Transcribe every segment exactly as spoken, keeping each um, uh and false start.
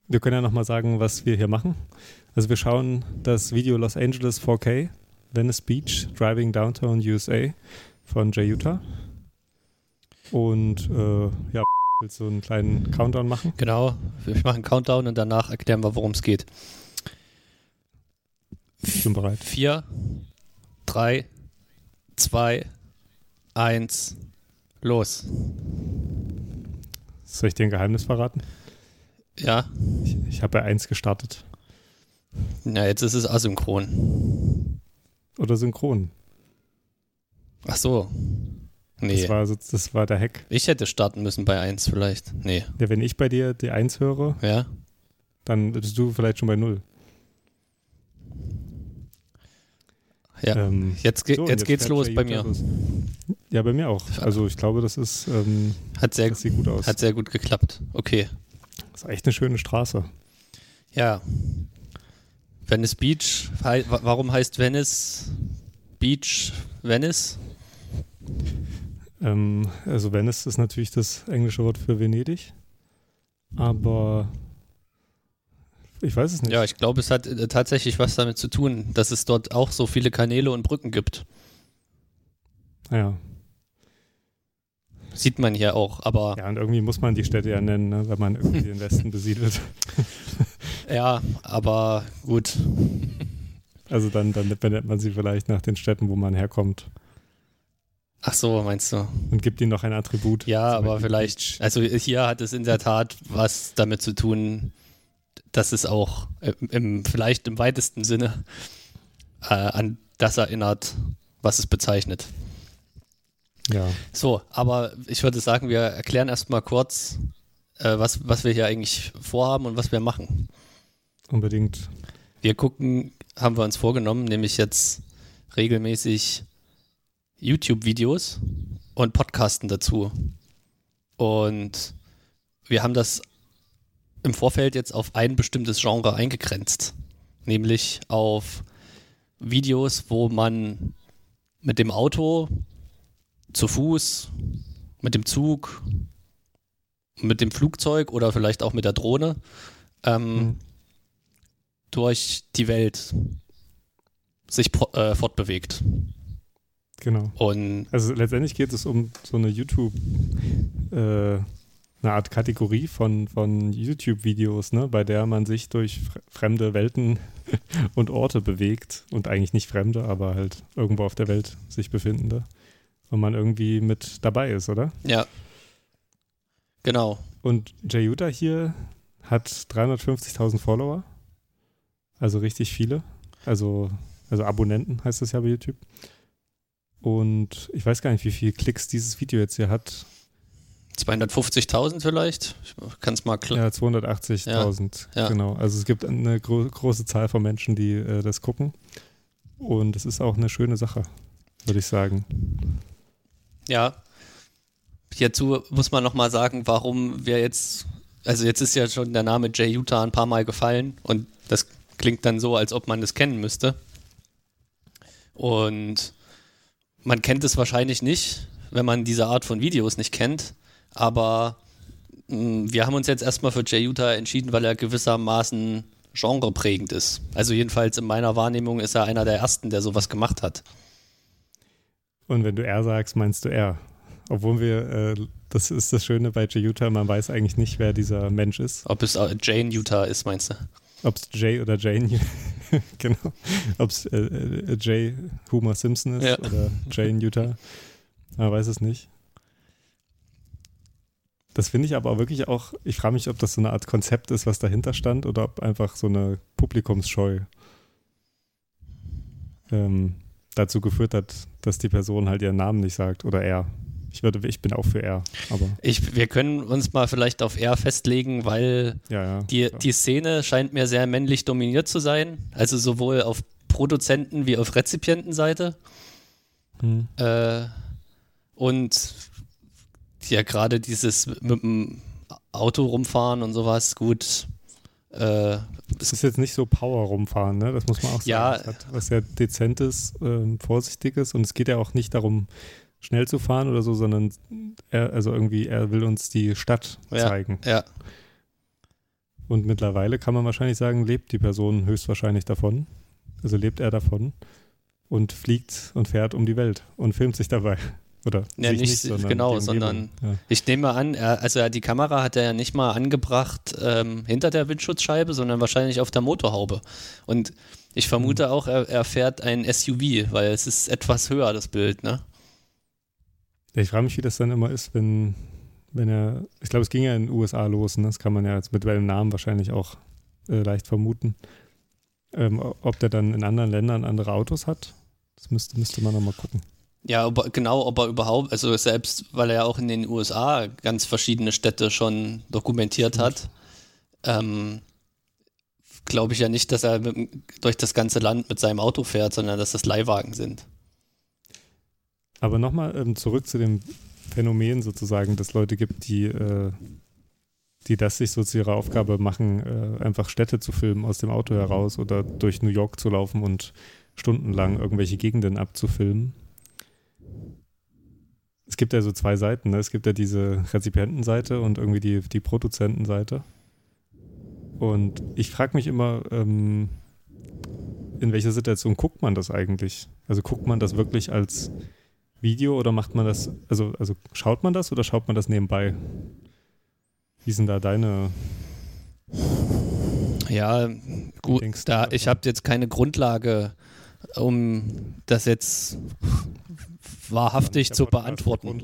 wir können ja nochmal sagen, was wir hier machen. Also wir schauen das Video Los Angeles four K, Venice Beach, Driving Downtown U S A von Jay Utah. Und äh, ja, willst du einen kleinen Countdown machen? Genau, wir machen einen Countdown und danach erklären wir, worum es geht. Ich bin bereit. Vier, drei, zwei, eins, los. Soll ich dir ein Geheimnis verraten? Ja. Ich, ich habe bei eins gestartet. Ja, jetzt ist es asynchron. Oder synchron. Ach so. Nee. Das war, so, das war der Hack. Ich hätte starten müssen bei eins vielleicht. Nee. Ja, wenn ich bei dir die eins höre, ja, dann bist du vielleicht schon bei null. Ja, ähm, jetzt, ge- so, jetzt, jetzt geht's los bei mir. Los. Ja, bei mir auch. Also ich glaube, das ist ähm, hat sehr, das sieht gut aus. Hat sehr gut geklappt. Okay. Das ist echt eine schöne Straße. Ja. Venice Beach. Warum heißt Venice Beach Venice? Ähm, also Venice ist natürlich das englische Wort für Venedig. Aber ich weiß es nicht. Ja, ich glaube, es hat äh, tatsächlich was damit zu tun, dass es dort auch so viele Kanäle und Brücken gibt. Ja. Sieht man hier auch, aber... Ja, und irgendwie muss man die Städte ja nennen, ne, wenn man irgendwie den Westen besiedelt. Ja, aber gut. Also dann, dann benennt man sie vielleicht nach den Städten, wo man herkommt. Ach so, meinst du? Und gibt ihnen noch ein Attribut. Ja, aber vielleicht... Also hier hat es in der Tat was damit zu tun, dass es auch im, vielleicht im weitesten Sinne äh, an das erinnert, was es bezeichnet. Ja. So, aber ich würde sagen, wir erklären erstmal kurz, äh, was, was wir hier eigentlich vorhaben und was wir machen. Unbedingt. Wir gucken, haben wir uns vorgenommen, nämlich jetzt regelmäßig YouTube-Videos und Podcasten dazu. Und wir haben das im Vorfeld jetzt auf ein bestimmtes Genre eingegrenzt, nämlich auf Videos, wo man mit dem Auto, zu Fuß, mit dem Zug, mit dem Flugzeug oder vielleicht auch mit der Drohne ähm, mhm. durch die Welt sich äh, fortbewegt. Genau. Und also letztendlich geht es um so eine YouTube äh, eine Art Kategorie von, von YouTube-Videos, ne, bei der man sich durch fremde Welten und Orte bewegt und eigentlich nicht fremde, aber halt irgendwo auf der Welt sich befindende und man irgendwie mit dabei ist, oder? Ja, genau. Und Jay Utah hier hat dreihundertfünfzigtausend Follower, also richtig viele, also, also Abonnenten heißt das ja bei YouTube. Und ich weiß gar nicht, wie viele Klicks dieses Video jetzt hier hat. zweihundertfünfzigtausend vielleicht? Ich kann es mal klar. Ja, zweihundertachtzigtausend, ja, ja. Genau. Also es gibt eine gro- große Zahl von Menschen, die äh, das gucken. Und es ist auch eine schöne Sache, würde ich sagen. Ja. Hierzu muss man nochmal sagen, warum wir jetzt, also jetzt ist ja schon der Name Jay Utah ein paar Mal gefallen und das klingt dann so, als ob man das kennen müsste. Und man kennt es wahrscheinlich nicht, wenn man diese Art von Videos nicht kennt. Aber mh, wir haben uns jetzt erstmal für Jay Utah entschieden, weil er gewissermaßen genreprägend ist. Also jedenfalls in meiner Wahrnehmung ist er einer der Ersten, der sowas gemacht hat. Und wenn du er sagst, meinst du er. Obwohl wir, äh, das ist das Schöne bei Jay Utah, man weiß eigentlich nicht, wer dieser Mensch ist. Ob es äh, Jane Utah ist, meinst du? Ob es Jay oder Jane, genau. Ob es äh, äh, Jay Homer Simpson ist ja. Oder Jane Utah. Man weiß es nicht. Das finde ich aber auch wirklich auch, ich frage mich, ob das so eine Art Konzept ist, was dahinter stand, oder ob einfach so eine Publikumsscheu ähm, dazu geführt hat, dass die Person halt ihren Namen nicht sagt oder er. Ich würde, ich bin auch für er, aber. Ich, wir können uns mal vielleicht auf er festlegen, weil ja, ja, die, die Szene scheint mir sehr männlich dominiert zu sein. Also sowohl auf Produzenten- wie auf Rezipientenseite. Hm. Äh, und ja, gerade dieses mit dem Auto rumfahren und sowas, gut. Äh, es ist jetzt nicht so Power rumfahren, ne? Das muss man auch sagen. Ja, es hat was sehr Dezentes, ähm, Vorsichtiges und es geht ja auch nicht darum, schnell zu fahren oder so, sondern er, also irgendwie, er will uns die Stadt ja, zeigen. Ja. Und mittlerweile kann man wahrscheinlich sagen, lebt die Person höchstwahrscheinlich davon. Also lebt er davon und fliegt und fährt um die Welt und filmt sich dabei. Oder ja, nicht, nicht sondern genau, sondern ja. Ich nehme an, er, also die Kamera hat er ja nicht mal angebracht ähm, hinter der Windschutzscheibe, sondern wahrscheinlich auf der Motorhaube. Und ich vermute mhm. auch, er, er fährt ein S U V, weil es ist etwas höher, das Bild, ne? Ja, ich frage mich, wie das dann immer ist, wenn, wenn er, ich glaube, es ging ja in den U S A los, ne? Das kann man ja jetzt mit welchem Namen wahrscheinlich auch äh, leicht vermuten. Ähm, ob der dann in anderen Ländern andere Autos hat, das müsste, müsste man nochmal gucken. Ja, ob, genau, ob er überhaupt, also selbst, weil er ja auch in den U S A ganz verschiedene Städte schon dokumentiert hat, ähm, glaube ich ja nicht, dass er mit, durch das ganze Land mit seinem Auto fährt, sondern dass das Leihwagen sind. Aber nochmal ähm, zurück zu dem Phänomen sozusagen, dass Leute gibt, die, äh, die das sich so zu ihrer Aufgabe machen, äh, einfach Städte zu filmen aus dem Auto heraus oder durch New York zu laufen und stundenlang irgendwelche Gegenden abzufilmen. Es gibt ja so zwei Seiten, ne? Es gibt ja diese Rezipientenseite und irgendwie die, die Produzentenseite. Und ich frage mich immer, ähm, in welcher Situation guckt man das eigentlich? Also guckt man das wirklich als Video oder macht man das, also, also schaut man das oder schaut man das nebenbei? Wie sind da deine... Ja, gut, da, ich habe jetzt keine Grundlage, um das jetzt wahrhaftig zu beantworten.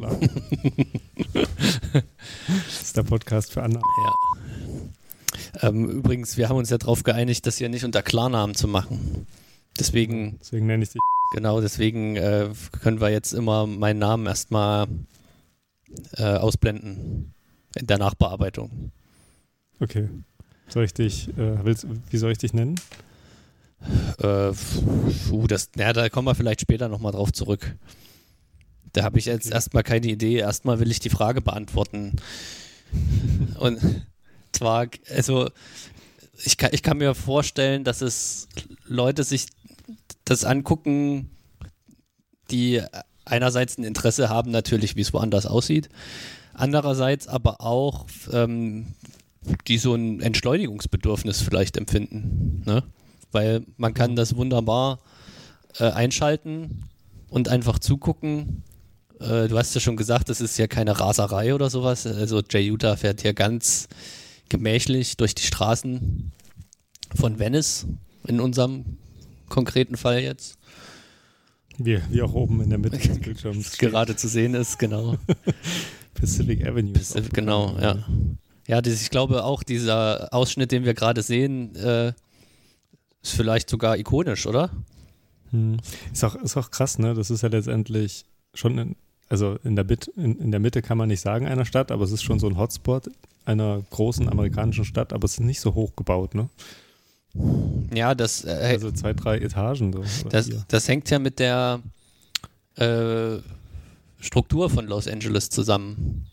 Das ist der Podcast für andere. Ja. Ähm, übrigens, wir haben uns ja darauf geeinigt, das hier nicht unter Klarnamen zu machen. Deswegen, deswegen nenne ich dich. Genau, deswegen äh, können wir jetzt immer meinen Namen erstmal äh, ausblenden in der Nachbearbeitung. Okay. Soll ich dich, äh, willst, wie soll ich dich nennen? Äh, puh, das, ja, da kommen wir vielleicht später nochmal drauf zurück. Da habe ich jetzt okay. erstmal keine Idee. Erstmal will ich die Frage beantworten. Und zwar, also ich kann, ich kann mir vorstellen, dass es Leute sich das angucken, die einerseits ein Interesse haben natürlich, wie es woanders aussieht, andererseits aber auch ähm, die so ein Entschleunigungsbedürfnis vielleicht empfinden, ne? Weil man kann das wunderbar äh, einschalten und einfach zugucken. Äh, du hast ja schon gesagt, das ist ja keine Raserei oder sowas. Also Jay Utah fährt hier ganz gemächlich durch die Straßen von Venice, in unserem konkreten Fall jetzt. Wie, wie auch oben in der Mitte des Bildschirms gerade zu sehen ist, genau. Pacific Avenue. Pacific, genau, ja. Ja, das, ich glaube auch, dieser Ausschnitt, den wir gerade sehen, äh, ist vielleicht sogar ikonisch, oder? Hm. Ist auch, ist auch krass, ne? Das ist ja letztendlich schon, in, also in der, Bit, in, in der Mitte kann man nicht sagen einer Stadt, aber es ist schon so ein Hotspot einer großen amerikanischen Stadt, aber es ist nicht so hoch gebaut, ne? Ja, das... Äh, also zwei, drei Etagen so. Das, das hängt ja mit der äh, Struktur von Los Angeles zusammen.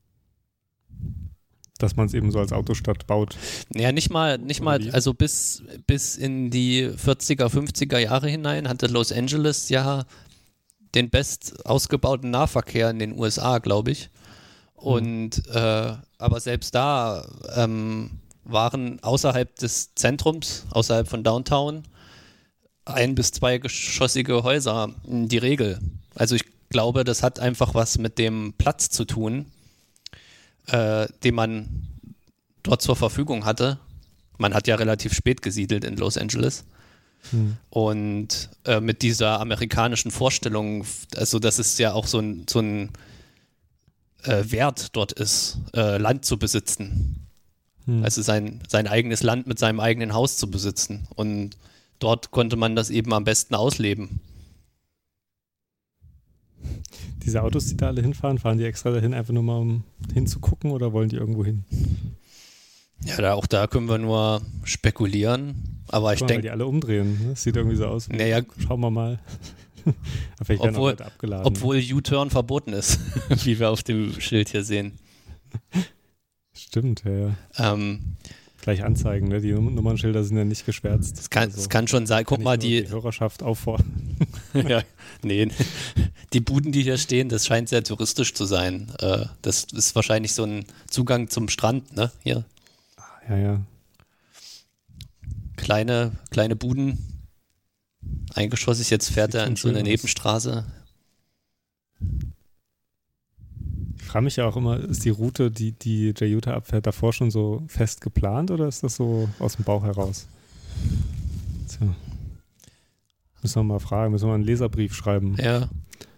Dass man es eben so als Autostadt baut. Ja, nicht mal, nicht mal, also bis, bis in die vierziger, fünfziger Jahre hinein hatte Los Angeles ja den best ausgebauten Nahverkehr in den U S A, glaube ich. Und mhm. äh, aber selbst da ähm, waren außerhalb des Zentrums, außerhalb von Downtown, ein- bis zweigeschossige Häuser die Regel. Also ich glaube, das hat einfach was mit dem Platz zu tun, Äh, den man dort zur Verfügung hatte. Man hat ja relativ spät gesiedelt in Los Angeles. Hm. Und äh, mit dieser amerikanischen Vorstellung, also dass es ja auch so ein, so ein äh, Wert dort ist, äh, Land zu besitzen. Hm. Also sein, sein eigenes Land mit seinem eigenen Haus zu besitzen. Und dort konnte man das eben am besten ausleben. Diese Autos, die da alle hinfahren, fahren die extra dahin, einfach nur mal um hinzugucken oder wollen die irgendwo hin? Ja, da, auch da können wir nur spekulieren. Aber ich denke. Weil die alle umdrehen. Ne? Das sieht irgendwie so aus. Naja, schauen wir mal. Vielleicht werden obwohl, auch Leute abgeladen. Obwohl U-Turn verboten ist, wie wir auf dem Schild hier sehen. Stimmt, ja, ja. Ähm, Gleich anzeigen, ne? Die Nummernschilder sind ja nicht geschwärzt. Es kann, also, kann schon sein. Guck mal, die, die Hörerschaft auffordern. Ja, nee. Die Buden, die hier stehen, das scheint sehr touristisch zu sein. Äh, das ist wahrscheinlich so ein Zugang zum Strand, ne? Hier. Ja, ja. kleine, kleine Buden eingeschossig. Jetzt fährt Sieht er in schon so eine schön aus. Nebenstraße. Ich frage mich ja auch immer, ist die Route, die die Jay Utah abfährt, davor schon so fest geplant oder ist das so aus dem Bauch heraus? Tja. Müssen wir mal fragen, müssen wir mal einen Leserbrief schreiben. Ja.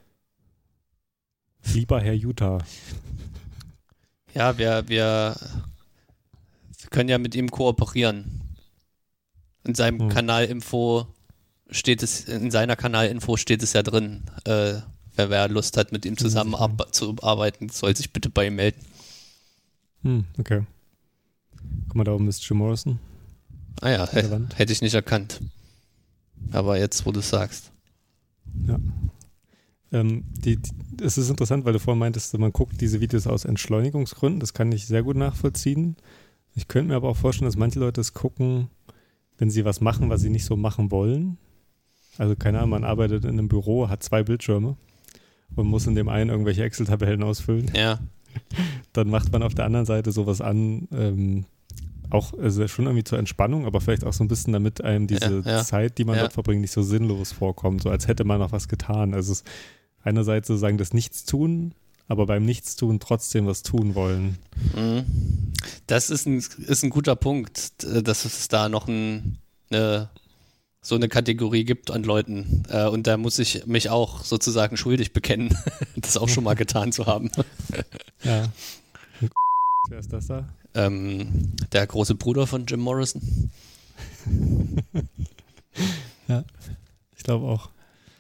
Lieber Herr Utah. Ja, wir, wir, wir können ja mit ihm kooperieren. In seinem Hm. Kanalinfo steht es, in seiner Kanalinfo steht es ja drin. Äh, wer, wer Lust hat, mit ihm zusammen arbe- zu arbeiten, soll sich bitte bei ihm melden. Hm, okay. Guck mal, da oben ist Jim Morrison. Ah ja, An der hä- Wand. hätte ich nicht erkannt. Aber jetzt, wo du es sagst. Ja. Ähm, die, die, es ist interessant, weil du vorhin meintest, man guckt diese Videos aus Entschleunigungsgründen. Das kann ich sehr gut nachvollziehen. Ich könnte mir aber auch vorstellen, dass manche Leute es gucken, wenn sie was machen, was sie nicht so machen wollen. Also keine Ahnung, man arbeitet in einem Büro, hat zwei Bildschirme und muss in dem einen irgendwelche Excel-Tabellen ausfüllen. Ja, Dann macht man auf der anderen Seite sowas an, ähm, auch also schon irgendwie zur Entspannung, aber vielleicht auch so ein bisschen, damit einem diese Ja, ja. Zeit, die man Ja. dort verbringt, nicht so sinnlos vorkommt, so als hätte man noch was getan. Also es ist einerseits sozusagen das Nichtstun, aber beim Nichtstun trotzdem was tun wollen. mhm. Das ist ein, ist ein guter Punkt, d- dass es da noch ein, eine, so eine Kategorie gibt an Leuten. Äh, und da muss ich mich auch sozusagen schuldig bekennen, das auch schon mal getan zu haben. Ja. Wer ist das da? Ähm, der große Bruder von Jim Morrison. Ja, ich glaube auch.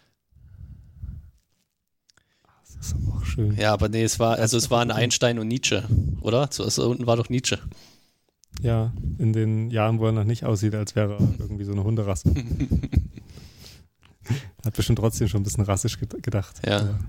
Das ist aber auch schön. Ja, aber nee, es war, also es waren Einstein und Nietzsche, oder? Zuerst unten war doch Nietzsche. Ja, in den Jahren, wo er noch nicht aussieht, als wäre er irgendwie so eine Hunderasse. Hat bestimmt trotzdem schon ein bisschen rassisch ged- gedacht. Ja. Aber,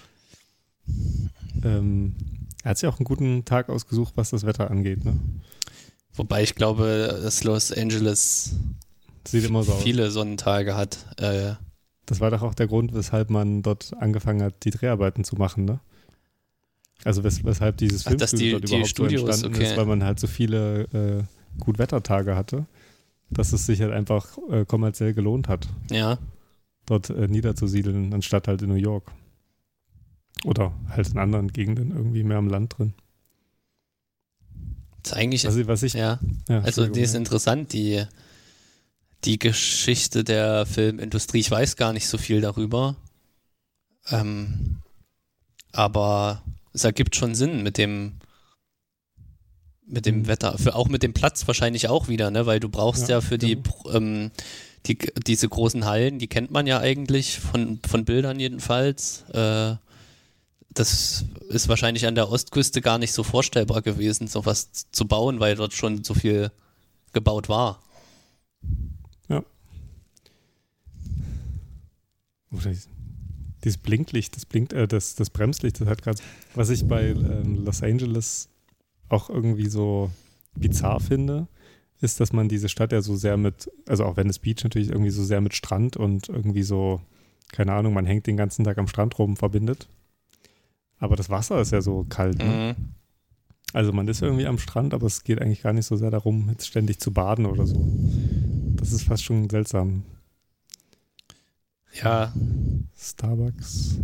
ähm, er hat sich auch einen guten Tag ausgesucht, was das Wetter angeht. Ne? Wobei ich glaube, dass Los Angeles Sieht immer so aus. viele Sonnentage hat. Äh, Das war doch auch der Grund, weshalb man dort angefangen hat, die Dreharbeiten zu machen, ne? Also wes weshalb dieses Ach, dass Filmstudio die- dort die überhaupt Studios, so entstanden okay. ist, weil man halt so viele äh, Gutwettertage hatte, dass es sich halt einfach äh, kommerziell gelohnt hat, ja, dort äh, niederzusiedeln, anstatt halt in New York. Oder halt in anderen Gegenden irgendwie mehr am Land drin. das ist eigentlich, Also was ich, ja, ja, also die ist Entschuldigung, interessant, die, die Geschichte der Filmindustrie. Ich weiß gar nicht so viel darüber. Ähm, aber es ergibt schon Sinn mit dem mit dem Mhm. Wetter, für, auch mit dem Platz wahrscheinlich auch wieder, ne? Weil du brauchst ja, Ja, für die, genau. ähm, die diese großen Hallen, die kennt man ja eigentlich von, von Bildern jedenfalls. Äh, das ist wahrscheinlich an der Ostküste gar nicht so vorstellbar gewesen, sowas zu bauen, weil dort schon so viel gebaut war. Oh, das, dieses Blinklicht, das blinkt, äh, das, das Bremslicht, das hat gerade, was ich bei ähm, Los Angeles auch irgendwie so bizarr finde, ist, dass man diese Stadt ja so sehr mit, also auch Venice Beach natürlich irgendwie so sehr mit Strand und irgendwie so, keine Ahnung, man hängt den ganzen Tag am Strand rum verbindet. Aber das Wasser ist ja so kalt, ne? Mhm. Also man ist irgendwie am Strand, aber es geht eigentlich gar nicht so sehr darum, jetzt ständig zu baden oder so. Das ist fast schon seltsam. Ja, Starbucks.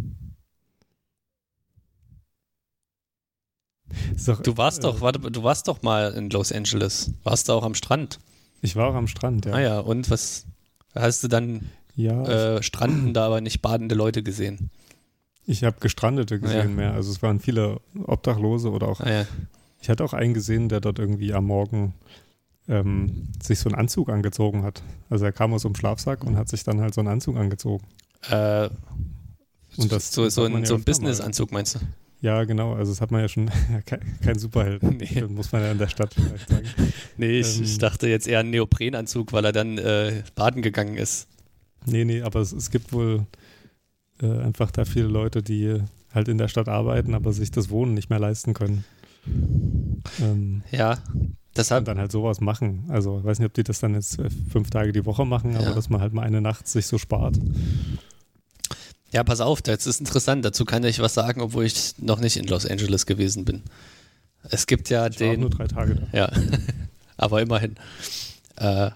Ist doch, du warst äh, doch, warte, du warst doch mal in Los Angeles. Warst du auch am Strand? Ich war auch am Strand, ja. Ah ja, und was hast du dann Ja, äh, strandende, aber nicht badende Leute gesehen? ich habe Gestrandete gesehen Ja. mehr. Also es waren viele Obdachlose oder auch, Ah ja. ich hatte auch einen gesehen, der dort irgendwie am Morgen ähm, sich so einen Anzug angezogen hat. Also er kam aus so einem Schlafsack und hat sich dann halt so einen Anzug angezogen. Äh, Und das- so, das so hat man ein, ja so ein öfter mal. Business-Anzug meinst du? Ja, genau. Also das hat man ja schon, ja, kein, kein Superhelden. Nee. Das muss man ja in der Stadt vielleicht sagen. Nee, ich, Ähm, ich dachte jetzt eher einen Neoprenanzug, weil er dann äh, baden gegangen ist. Nee, nee, aber es, es gibt wohl äh, einfach da viele Leute, die halt in der Stadt arbeiten, aber sich das Wohnen nicht mehr leisten können. Ähm, Ja, und deshalb, dann halt sowas machen. Also ich weiß nicht, ob die das dann jetzt äh, fünf Tage die Woche machen, aber Ja. dass man halt mal eine Nacht sich so spart. ja, pass auf, das ist interessant. Dazu kann ich was sagen, obwohl ich noch nicht in Los Angeles gewesen bin. Es gibt ja Ich war auch den. nur drei Tage da. Ja, aber immerhin. Äh,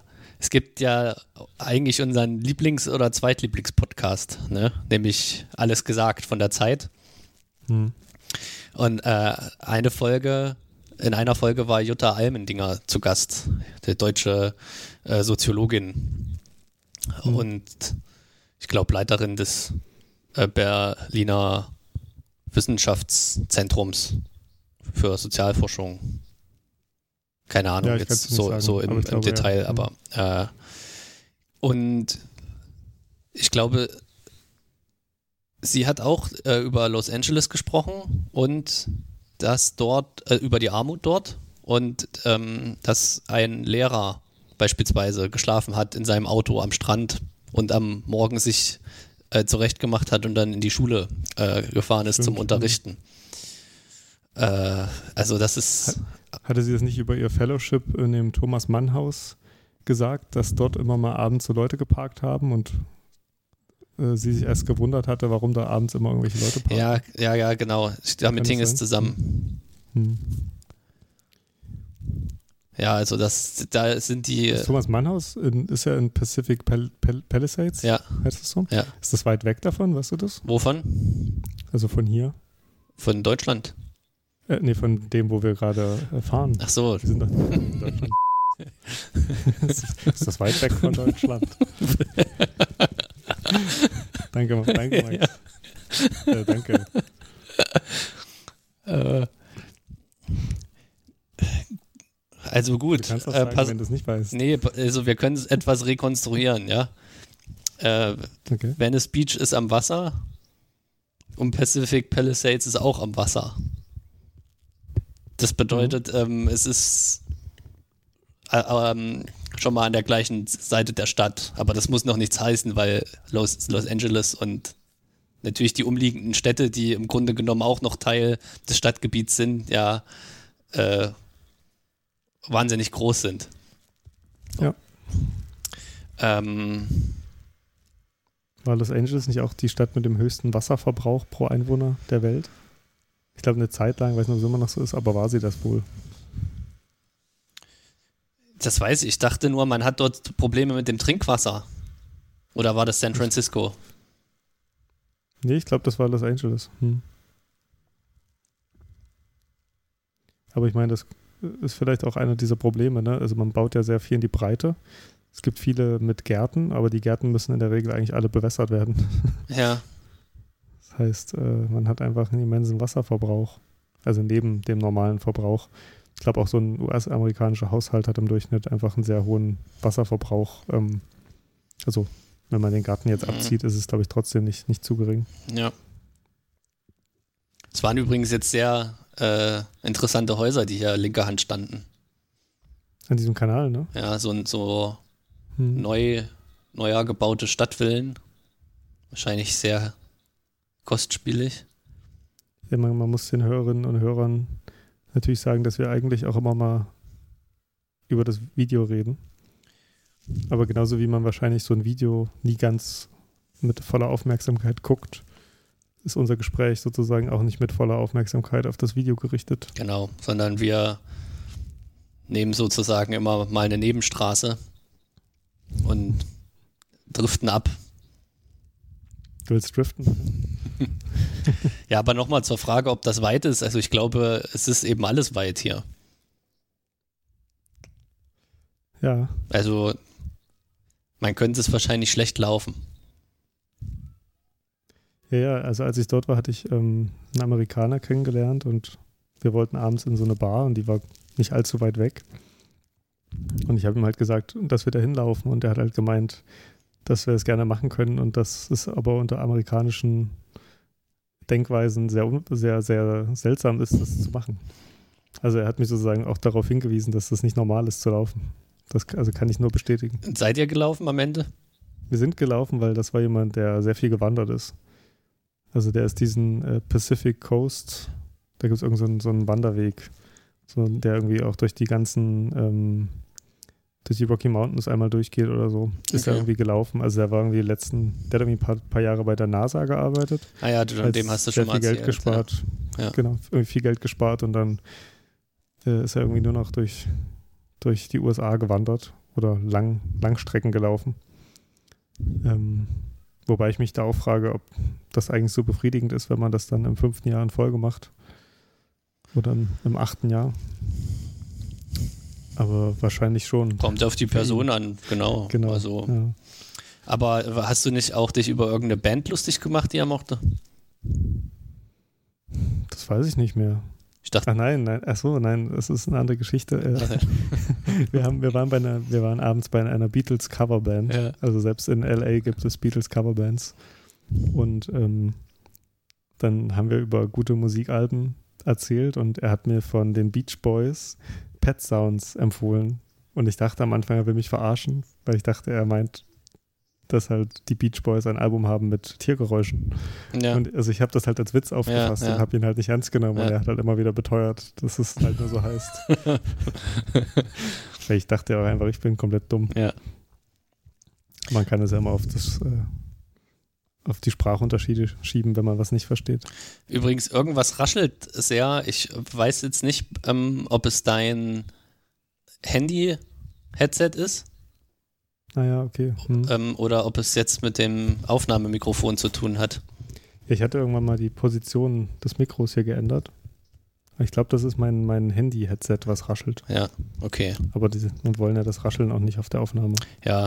Es gibt ja eigentlich unseren Lieblings- oder Zweitlieblings-Podcast, ne? Nämlich Alles gesagt von der Zeit. Hm. Und äh, eine Folge, in einer Folge war Jutta Almendinger zu Gast, die deutsche äh, Soziologin Hm. und ich glaube Leiterin des äh, Berliner Wissenschaftszentrums für Sozialforschung. Keine Ahnung, Ja, ich jetzt kann's nicht so, sagen, so im, aber ich im glaube, Detail, ja. aber äh, und ich glaube, sie hat auch äh, über Los Angeles gesprochen und dass dort, äh, über die Armut dort und ähm, dass ein Lehrer beispielsweise geschlafen hat in seinem Auto am Strand und am Morgen sich äh, zurechtgemacht hat und dann in die Schule äh, gefahren ist Stimmt, zum Unterrichten. Äh, also das ist... Hatte sie das nicht über ihr Fellowship in dem Thomas Mann Haus gesagt, dass dort immer mal abends so Leute geparkt haben und äh, sie sich erst gewundert hatte, warum da abends immer irgendwelche Leute parken? Ja, ja, ja, genau. Damit Kann hing das es sein? zusammen. Hm. Ja, also das, da sind die... Das Thomas Mann Haus in, ist ja in Pacific Pal Pal Palisades, Ja, heißt das so? ja. Ist das weit weg davon, weißt du das? Wovon? Also von hier? Von Deutschland. Äh, nee, von dem, wo wir gerade äh, fahren. Ach so. Wir sind doch nicht in Deutschland. ist, ist das weit weg von Deutschland? danke, danke, Max. Ja. Äh, danke. Äh, also gut. Du kannst das äh, sagen, pass, wenn du es nicht weißt. nee, also wir können es etwas rekonstruieren, ja. Äh, Okay. Venice Beach ist am Wasser und Pacific Palisades ist auch am Wasser. Das bedeutet, ähm, es ist äh, ähm, schon mal an der gleichen Seite der Stadt, aber das muss noch nichts heißen, weil Los, Los Angeles und natürlich die umliegenden Städte, die im Grunde genommen auch noch Teil des Stadtgebiets sind, ja äh, wahnsinnig groß sind. Ja. Ähm, War Los Angeles nicht auch die Stadt mit dem höchsten Wasserverbrauch pro Einwohner der Welt? Ich glaube, eine Zeit lang, weiß nicht, ob es immer noch so ist, aber war sie das wohl? das weiß ich. Ich dachte nur, man hat dort Probleme mit dem Trinkwasser. Oder war das San Francisco? Nee, ich glaube, das war Los Angeles. Hm. Aber ich meine, das ist vielleicht auch einer dieser Probleme, ne? Also man baut ja sehr viel in die Breite. Es gibt viele mit Gärten, aber die Gärten müssen in der Regel eigentlich alle bewässert werden. Ja. Das heißt, äh, man hat einfach einen immensen Wasserverbrauch. Also neben dem normalen Verbrauch. Ich glaube, auch so ein U S-amerikanischer Haushalt hat im Durchschnitt einfach einen sehr hohen Wasserverbrauch. Ähm, also, wenn man den Garten jetzt Mhm. abzieht, ist es, glaube ich, trotzdem nicht, nicht zu gering. Ja. Es waren übrigens jetzt sehr äh, interessante Häuser, die hier linker Hand standen. An diesem Kanal, ne? Ja, so, so Hm. neu, neuer gebaute Stadtvillen. Wahrscheinlich sehr kostspielig. Ja, man, man muss den Hörerinnen und Hörern natürlich sagen, dass wir eigentlich auch immer mal über das Video reden. Aber genauso wie man wahrscheinlich so ein Video nie ganz mit voller Aufmerksamkeit guckt, ist unser Gespräch sozusagen auch nicht mit voller Aufmerksamkeit auf das Video gerichtet. Genau, sondern wir nehmen sozusagen immer mal eine Nebenstraße und driften ab. Du willst driften? Ja, aber nochmal zur Frage, ob das weit ist. Also ich glaube, es ist eben alles weit hier. Ja. Also man könnte es wahrscheinlich schlecht laufen. Ja, ja, also als ich dort war, hatte ich ähm, einen Amerikaner kennengelernt und wir wollten abends in so eine Bar und die war nicht allzu weit weg. Und ich habe ihm halt gesagt, dass wir da hinlaufen und er hat halt gemeint, dass wir es gerne machen können und dass es aber unter amerikanischen Denkweisen sehr, sehr, sehr seltsam ist, das zu machen. Also er hat mich sozusagen auch darauf hingewiesen, dass das nicht normal ist zu laufen. Das also kann ich nur bestätigen. Seid ihr gelaufen am Ende? Wir sind gelaufen, weil das war jemand, der sehr viel gewandert ist. Also der ist diesen äh, Pacific Coast, da gibt es irgend so einen, so einen Wanderweg, so, der irgendwie auch durch die ganzen, ähm, durch die Rocky Mountains einmal durchgeht oder so. Ist Okay. er irgendwie gelaufen. Also der war irgendwie die letzten, der hat irgendwie ein paar, paar Jahre bei der NASA gearbeitet. Ah ja, du, Hat dem hast du sehr schon mal viel Geld erzählt. gespart. Ja. Genau, irgendwie viel Geld gespart und dann äh, ist er irgendwie nur noch durch, durch die U S A gewandert oder Lang, Langstrecken gelaufen. Ähm, wobei ich mich da auch frage, ob das eigentlich so befriedigend ist, wenn man das dann im fünften Jahr in Folge macht. Oder im, im achten Jahr. Aber wahrscheinlich schon. Kommt auf die Person an, genau. Genau. Also, ja. aber hast du nicht auch dich über irgendeine Band lustig gemacht, die er mochte? Das weiß ich nicht mehr. Ich dachte, Ach nein, nein, ach so, nein, das ist eine andere Geschichte. Äh, wir, haben, wir, waren bei einer, wir waren abends bei einer Beatles-Coverband. Ja. Also selbst in L A gibt es Beatles-Coverbands. Und ähm, dann haben wir über gute Musikalben erzählt und er hat mir von den Beach Boys Pet Sounds empfohlen. Und ich dachte am Anfang, er will mich verarschen, weil ich dachte, er meint, dass halt die Beach Boys ein Album haben mit Tiergeräuschen. ja. Und also ich habe das halt als Witz aufgefasst Ja, ja. und habe ihn halt nicht ernst genommen Ja. und er hat halt immer wieder beteuert, dass es halt nur so heißt. Weil ich dachte auch einfach, ich bin komplett dumm. Ja. Man kann es ja immer auf das äh, auf die Sprachunterschiede schieben, wenn man was nicht versteht. Übrigens, irgendwas raschelt sehr. Ich weiß jetzt nicht, ähm, ob es dein Handy-Headset ist Naja, okay. Hm. ähm, oder ob es jetzt mit dem Aufnahmemikrofon zu tun hat. Ich hatte irgendwann mal die Position des Mikros hier geändert. Ich glaube, das ist mein, mein Handy-Headset, was raschelt. Ja, okay. Aber die, wir wollen ja das Rascheln auch nicht auf der Aufnahme. Ja,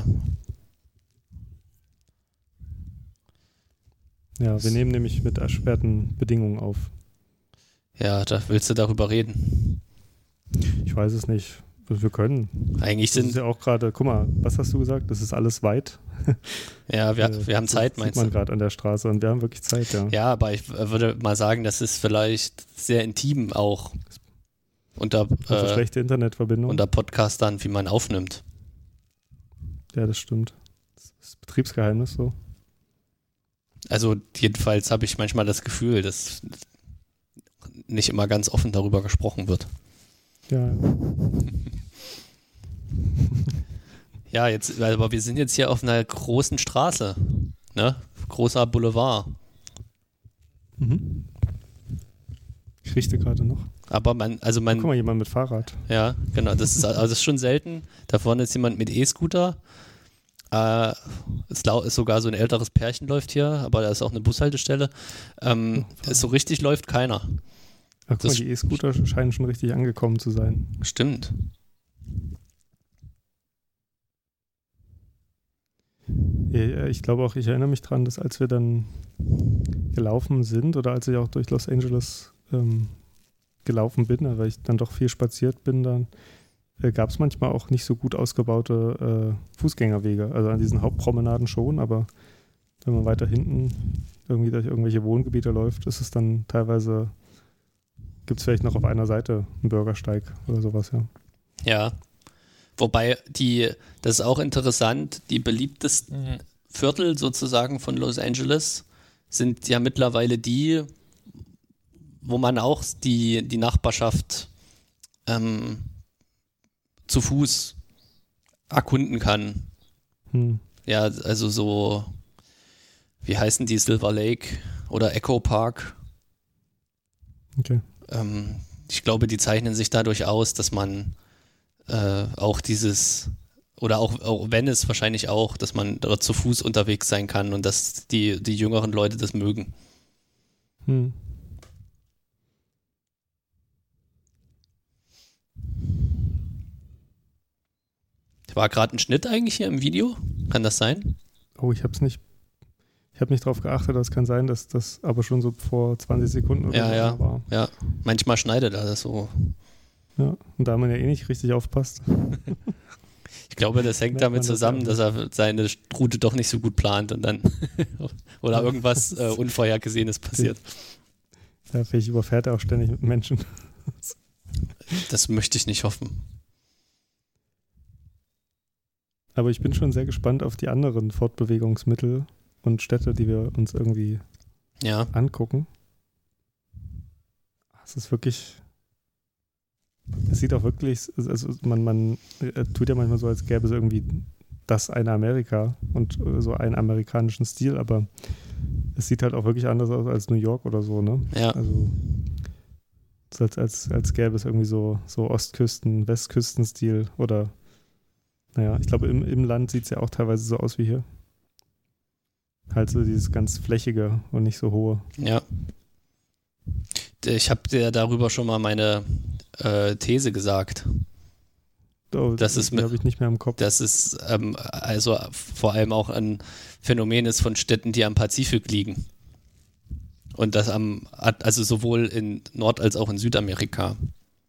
Ja, wir nehmen nämlich mit erschwerten Bedingungen auf. ja, da willst du darüber reden. Ich weiß es nicht. Wir können. Eigentlich Das ist sind, ja auch gerade, guck mal, was hast du gesagt? Das ist alles weit. ja, wir, Äh, wir haben das Zeit, sieht meinst man du? gerade an der Straße und wir haben wirklich Zeit, ja. Ja, aber ich würde mal sagen, das ist vielleicht sehr intim auch unter, Also äh, schlechte Internetverbindung. unter Podcastern, wie man aufnimmt. Ja, das stimmt. Das ist Betriebsgeheimnis so. Also jedenfalls habe ich manchmal das Gefühl, dass nicht immer ganz offen darüber gesprochen wird. Ja, Ja, jetzt, aber wir sind jetzt hier auf einer großen Straße, ne? Großer Boulevard. mhm. Ich richte gerade noch. Aber man, also Guck man, mal, jemand mit Fahrrad. ja, genau, das ist, also das ist schon selten. Da vorne ist jemand mit E-Scooter. Äh, es lau- ist sogar so ein älteres Pärchen läuft hier, aber da ist auch eine Bushaltestelle. Ähm, Oh, so richtig läuft keiner. Ach, guck mal, Das- die E-Scooter scheinen schon richtig angekommen zu sein. Stimmt. Ja, ich glaube auch, ich erinnere mich dran, dass als wir dann gelaufen sind oder als ich auch durch Los Angeles ähm, gelaufen bin, weil ich dann doch viel spaziert bin, dann äh, gab es manchmal auch nicht so gut ausgebaute äh, Fußgängerwege. Also an diesen Hauptpromenaden schon, aber wenn man weiter hinten irgendwie durch irgendwelche Wohngebiete läuft, ist es dann teilweise, gibt es vielleicht noch auf einer Seite einen Bürgersteig oder sowas, ja. Ja. Wobei die, das ist auch interessant, die beliebtesten Viertel sozusagen von Los Angeles sind ja mittlerweile die, wo man auch die, die Nachbarschaft ähm, zu Fuß erkunden kann. Hm. Ja, also so, wie heißen die, Silver Lake oder Echo Park. Okay. Ähm, ich glaube, die zeichnen sich dadurch aus, dass man äh, auch dieses, oder auch, auch wenn es wahrscheinlich auch, dass man dort zu Fuß unterwegs sein kann und dass die, die jüngeren Leute das mögen. Hm. War gerade ein Schnitt eigentlich hier im Video? Kann das sein? Oh, ich habe es nicht. Ich habe nicht drauf geachtet, das kann sein, dass das aber schon so vor zwanzig Sekunden oder Ja, so ja. war. Ja, manchmal schneidet er das so. Ja, und da man ja eh nicht richtig aufpasst. Ich glaube, das hängt Merkt damit man das zusammen, ja. dass er seine Route doch nicht so gut plant und dann oder irgendwas äh, Unvorhergesehenes passiert. Ja, vielleicht überfährt er auch ständig mit Menschen. Das möchte ich nicht hoffen. Aber ich bin schon sehr gespannt auf die anderen Fortbewegungsmittel und Städte, die wir uns irgendwie Ja, angucken. Es ist wirklich. Es sieht auch wirklich, also man, man äh, tut ja manchmal so, als gäbe es irgendwie das eine Amerika und äh, so einen amerikanischen Stil, aber es sieht halt auch wirklich anders aus als New York oder so, ne? ja, Also so als, als, als gäbe es irgendwie so, so Ostküsten-, Westküsten-Stil oder naja, ich glaube, im, im Land sieht es ja auch teilweise so aus wie hier. Halt so dieses ganz flächige und nicht so hohe. Ja. Ich habe dir darüber schon mal meine äh, These gesagt. Oh, das das ist habe ich nicht mehr im Kopf. Das ist ähm, also vor allem auch ein Phänomen ist von Städten, die am Pazifik liegen. Und das am, also sowohl in Nord- als auch in Südamerika.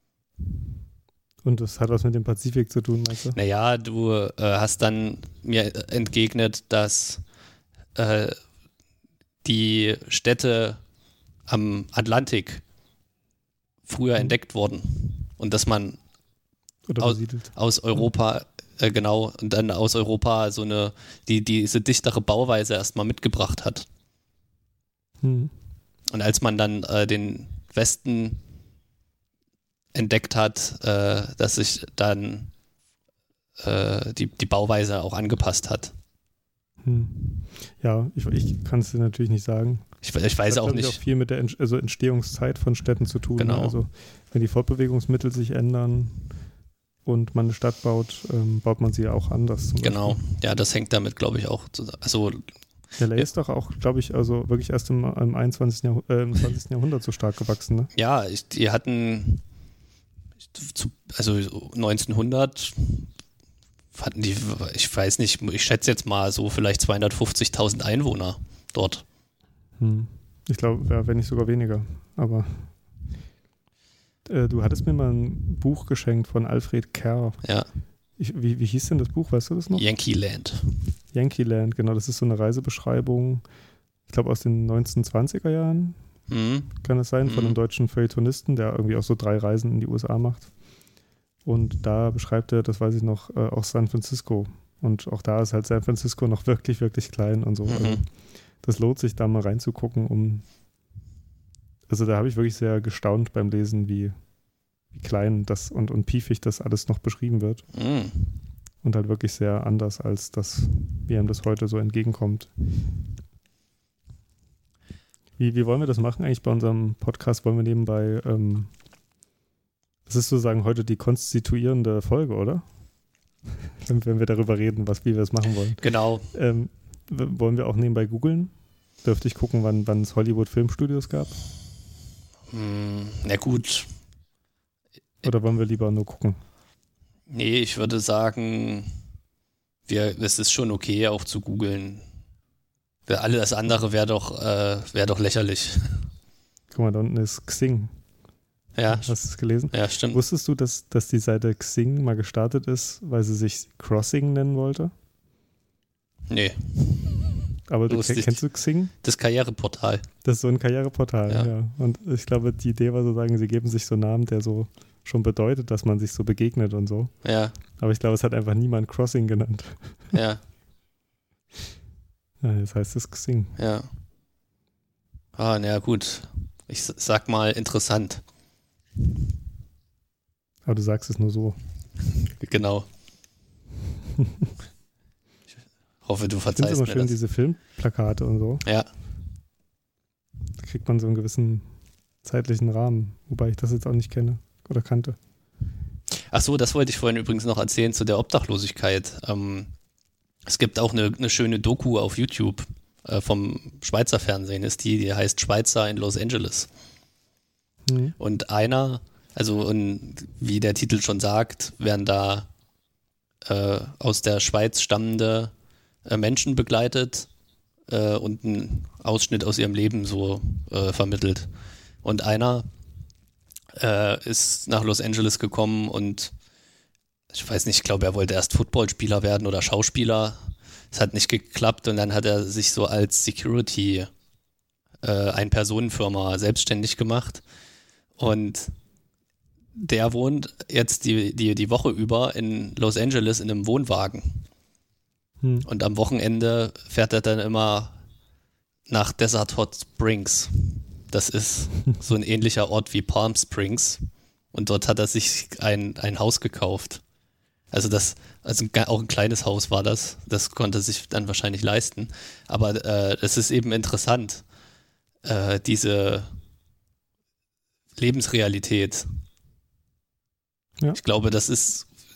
Und das hat was mit dem Pazifik zu tun, meinst du? Naja, du äh, hast dann mir entgegnet, dass äh, die Städte am Atlantik früher Mhm. entdeckt wurden und dass man Oder aus, besiedelt. aus Europa, äh, genau, und dann aus Europa so eine, die, diese dichtere Bauweise erstmal mitgebracht hat. Mhm. Und als man dann äh, den Westen entdeckt hat, äh, dass sich dann äh, die, die Bauweise auch angepasst hat. Hm. Ja, ich, ich kann es dir natürlich nicht sagen. Ich, ich weiß das hat, auch glaub ich, nicht. auch viel mit der Ent- also Entstehungszeit von Städten zu tun. Genau. Ne? Also wenn die Fortbewegungsmittel sich ändern und man eine Stadt baut, ähm, baut man sie ja auch anders. Zum Genau, Beispiel. ja, das hängt damit, glaube ich, auch zusammen. Also, L A ist doch auch, glaube ich, also wirklich erst im, im einundzwanzigsten. Jahrh- äh, im zwanzigsten. Jahrhundert so stark gewachsen. Ne? ja, ich, die hatten, zu, also neunzehnhundert hatten die, ich weiß nicht, ich schätze jetzt mal so vielleicht zweihundertfünfzigtausend Einwohner dort. Hm. Ich glaube, ja, wenn nicht sogar weniger. Aber äh, du hattest mir mal ein Buch geschenkt von Alfred Kerr. Ja. Ich, wie, wie hieß denn das Buch? Weißt du das noch? Yankee Land. Yankee Land, genau. Das ist so eine Reisebeschreibung, ich glaube aus den neunzehnhundertzwanziger Jahren, Mhm. kann es sein, von Mhm. einem deutschen Feuilletonisten, der irgendwie auch so drei Reisen in die U S A macht. Und da beschreibt er, das weiß ich noch, äh, auch San Francisco. Und auch da ist halt San Francisco noch wirklich, wirklich klein und so. Mhm. Also das lohnt sich, da mal reinzugucken, um. Also da habe ich wirklich sehr gestaunt beim Lesen, wie, wie klein das und, und piefig das alles noch beschrieben wird. Mhm. Und halt wirklich sehr anders als das, wie einem das heute so entgegenkommt. Wie, wie wollen wir das machen eigentlich bei unserem Podcast? Wollen wir nebenbei, ähm, das ist sozusagen heute die konstituierende Folge, oder? wenn, wenn wir darüber reden, was, wie wir es machen wollen. Genau. Ähm, w- wollen wir auch nebenbei googeln? Dürfte ich gucken, wann, wann es Hollywood-Filmstudios gab? Mhm. Na gut. Oder wollen wir lieber nur gucken? Nee, ich würde sagen, wir, es ist schon okay, auch zu googeln. Wer- Alles andere wäre doch, äh, wär doch lächerlich. Guck mal, da unten ist Xing. Ja, Hast du es gelesen? ja, stimmt. Wusstest du, dass, dass die Seite Xing mal gestartet ist, weil sie sich Crossing nennen wollte? Nee, Aber du Wusste ke- ich kennst du Xing? das Karriereportal. Das ist so ein Karriereportal, Ja. ja. Und ich glaube, die Idee war so sagen, sie geben sich so einen Namen, der so schon bedeutet, dass man sich so begegnet und so. Ja, Aber ich glaube, es hat einfach niemand Crossing genannt. ja, Ja, jetzt heißt es Xing. ja. Ah, na gut. Ich s- sag mal interessant. Aber du sagst es nur so. Genau. Ich hoffe, du Ich finde es verzeihst immer mir schön, das. diese Filmplakate und so. Ja, Da kriegt man so einen gewissen zeitlichen Rahmen. Wobei ich das jetzt auch nicht kenne oder kannte. ach so, das wollte ich vorhin übrigens noch erzählen zu der Obdachlosigkeit. Ähm, es gibt auch eine, eine schöne Doku auf YouTube äh, vom Schweizer Fernsehen, ist die, die heißt Schweizer in Los Angeles. Hm. Und einer, also und wie der Titel schon sagt, werden da äh, aus der Schweiz stammende äh, Menschen begleitet äh, und ein Ausschnitt aus ihrem Leben so äh, vermittelt. Und einer äh, ist nach Los Angeles gekommen und ich weiß nicht, ich glaube, er wollte erst Footballspieler werden oder Schauspieler. Es hat nicht geklappt und dann hat er sich so als Security äh, Ein-Personen-Firma selbstständig gemacht. Und der wohnt jetzt die, die, die Woche über in Los Angeles in einem Wohnwagen. Hm. Und am Wochenende fährt er dann immer nach Desert Hot Springs. Das ist so ein ähnlicher Ort wie Palm Springs. Und dort hat er sich ein, ein Haus gekauft. Also das, also auch ein kleines Haus war das. Das konnte er sich dann wahrscheinlich leisten. Aber äh, es ist eben interessant, äh, diese Lebensrealität. Ja. Ich glaube, das ist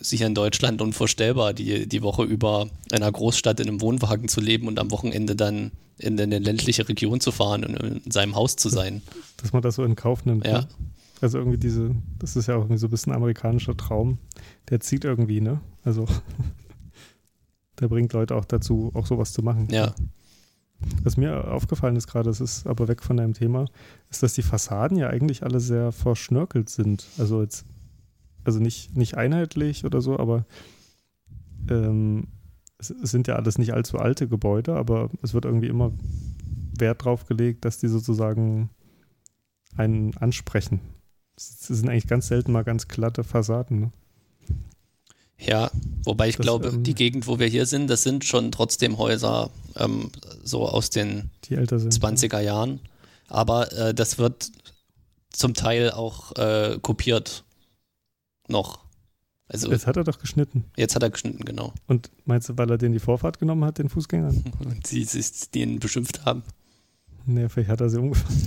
ist hier in Deutschland unvorstellbar, die, die Woche über in einer Großstadt in einem Wohnwagen zu leben und am Wochenende dann in eine ländliche Region zu fahren und in seinem Haus zu sein. Dass man das so in Kauf nimmt. Ja. Ne? Also irgendwie diese, das ist ja auch irgendwie so ein bisschen amerikanischer Traum. Der zieht irgendwie, ne? Also der bringt Leute auch dazu, auch sowas zu machen. Ja. Was mir aufgefallen ist gerade, das ist aber weg von deinem Thema, ist, dass die Fassaden ja eigentlich alle sehr verschnörkelt sind. Also jetzt, also nicht, nicht einheitlich oder so, aber ähm, es, es sind ja alles nicht allzu alte Gebäude, aber es wird irgendwie immer Wert drauf gelegt, dass die sozusagen einen ansprechen. Es sind eigentlich ganz selten mal ganz glatte Fassaden. Ne? Ja, wobei ich Das, glaube, ähm, die Gegend, wo wir hier sind, das sind schon trotzdem Häuser ähm, so aus den Die älter sind. zwanziger Jahren. Aber äh, das wird zum Teil auch äh, kopiert noch. Also Jetzt hat er doch geschnitten. jetzt hat er geschnitten, genau. Und meinst du, weil er den die Vorfahrt genommen hat, den Fußgängern? Und sie sich den beschimpft haben. Nee, vielleicht hat er sie umgefasst.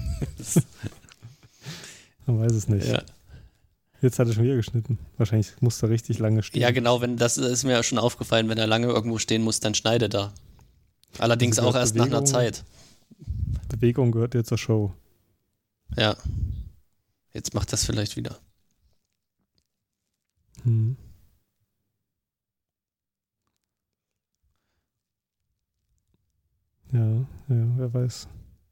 Man weiß es nicht. Ja. Jetzt hat er schon wieder geschnitten. Wahrscheinlich muss er richtig lange stehen. Ja, genau, wenn das ist mir ja schon aufgefallen, wenn er lange irgendwo stehen muss, dann schneidet er. Allerdings Also auch erst nach einer Bewegung- Zeit. Bewegung gehört ja zur Show. Ja. Jetzt macht das vielleicht wieder. Hm. Ja, ja, wer weiß.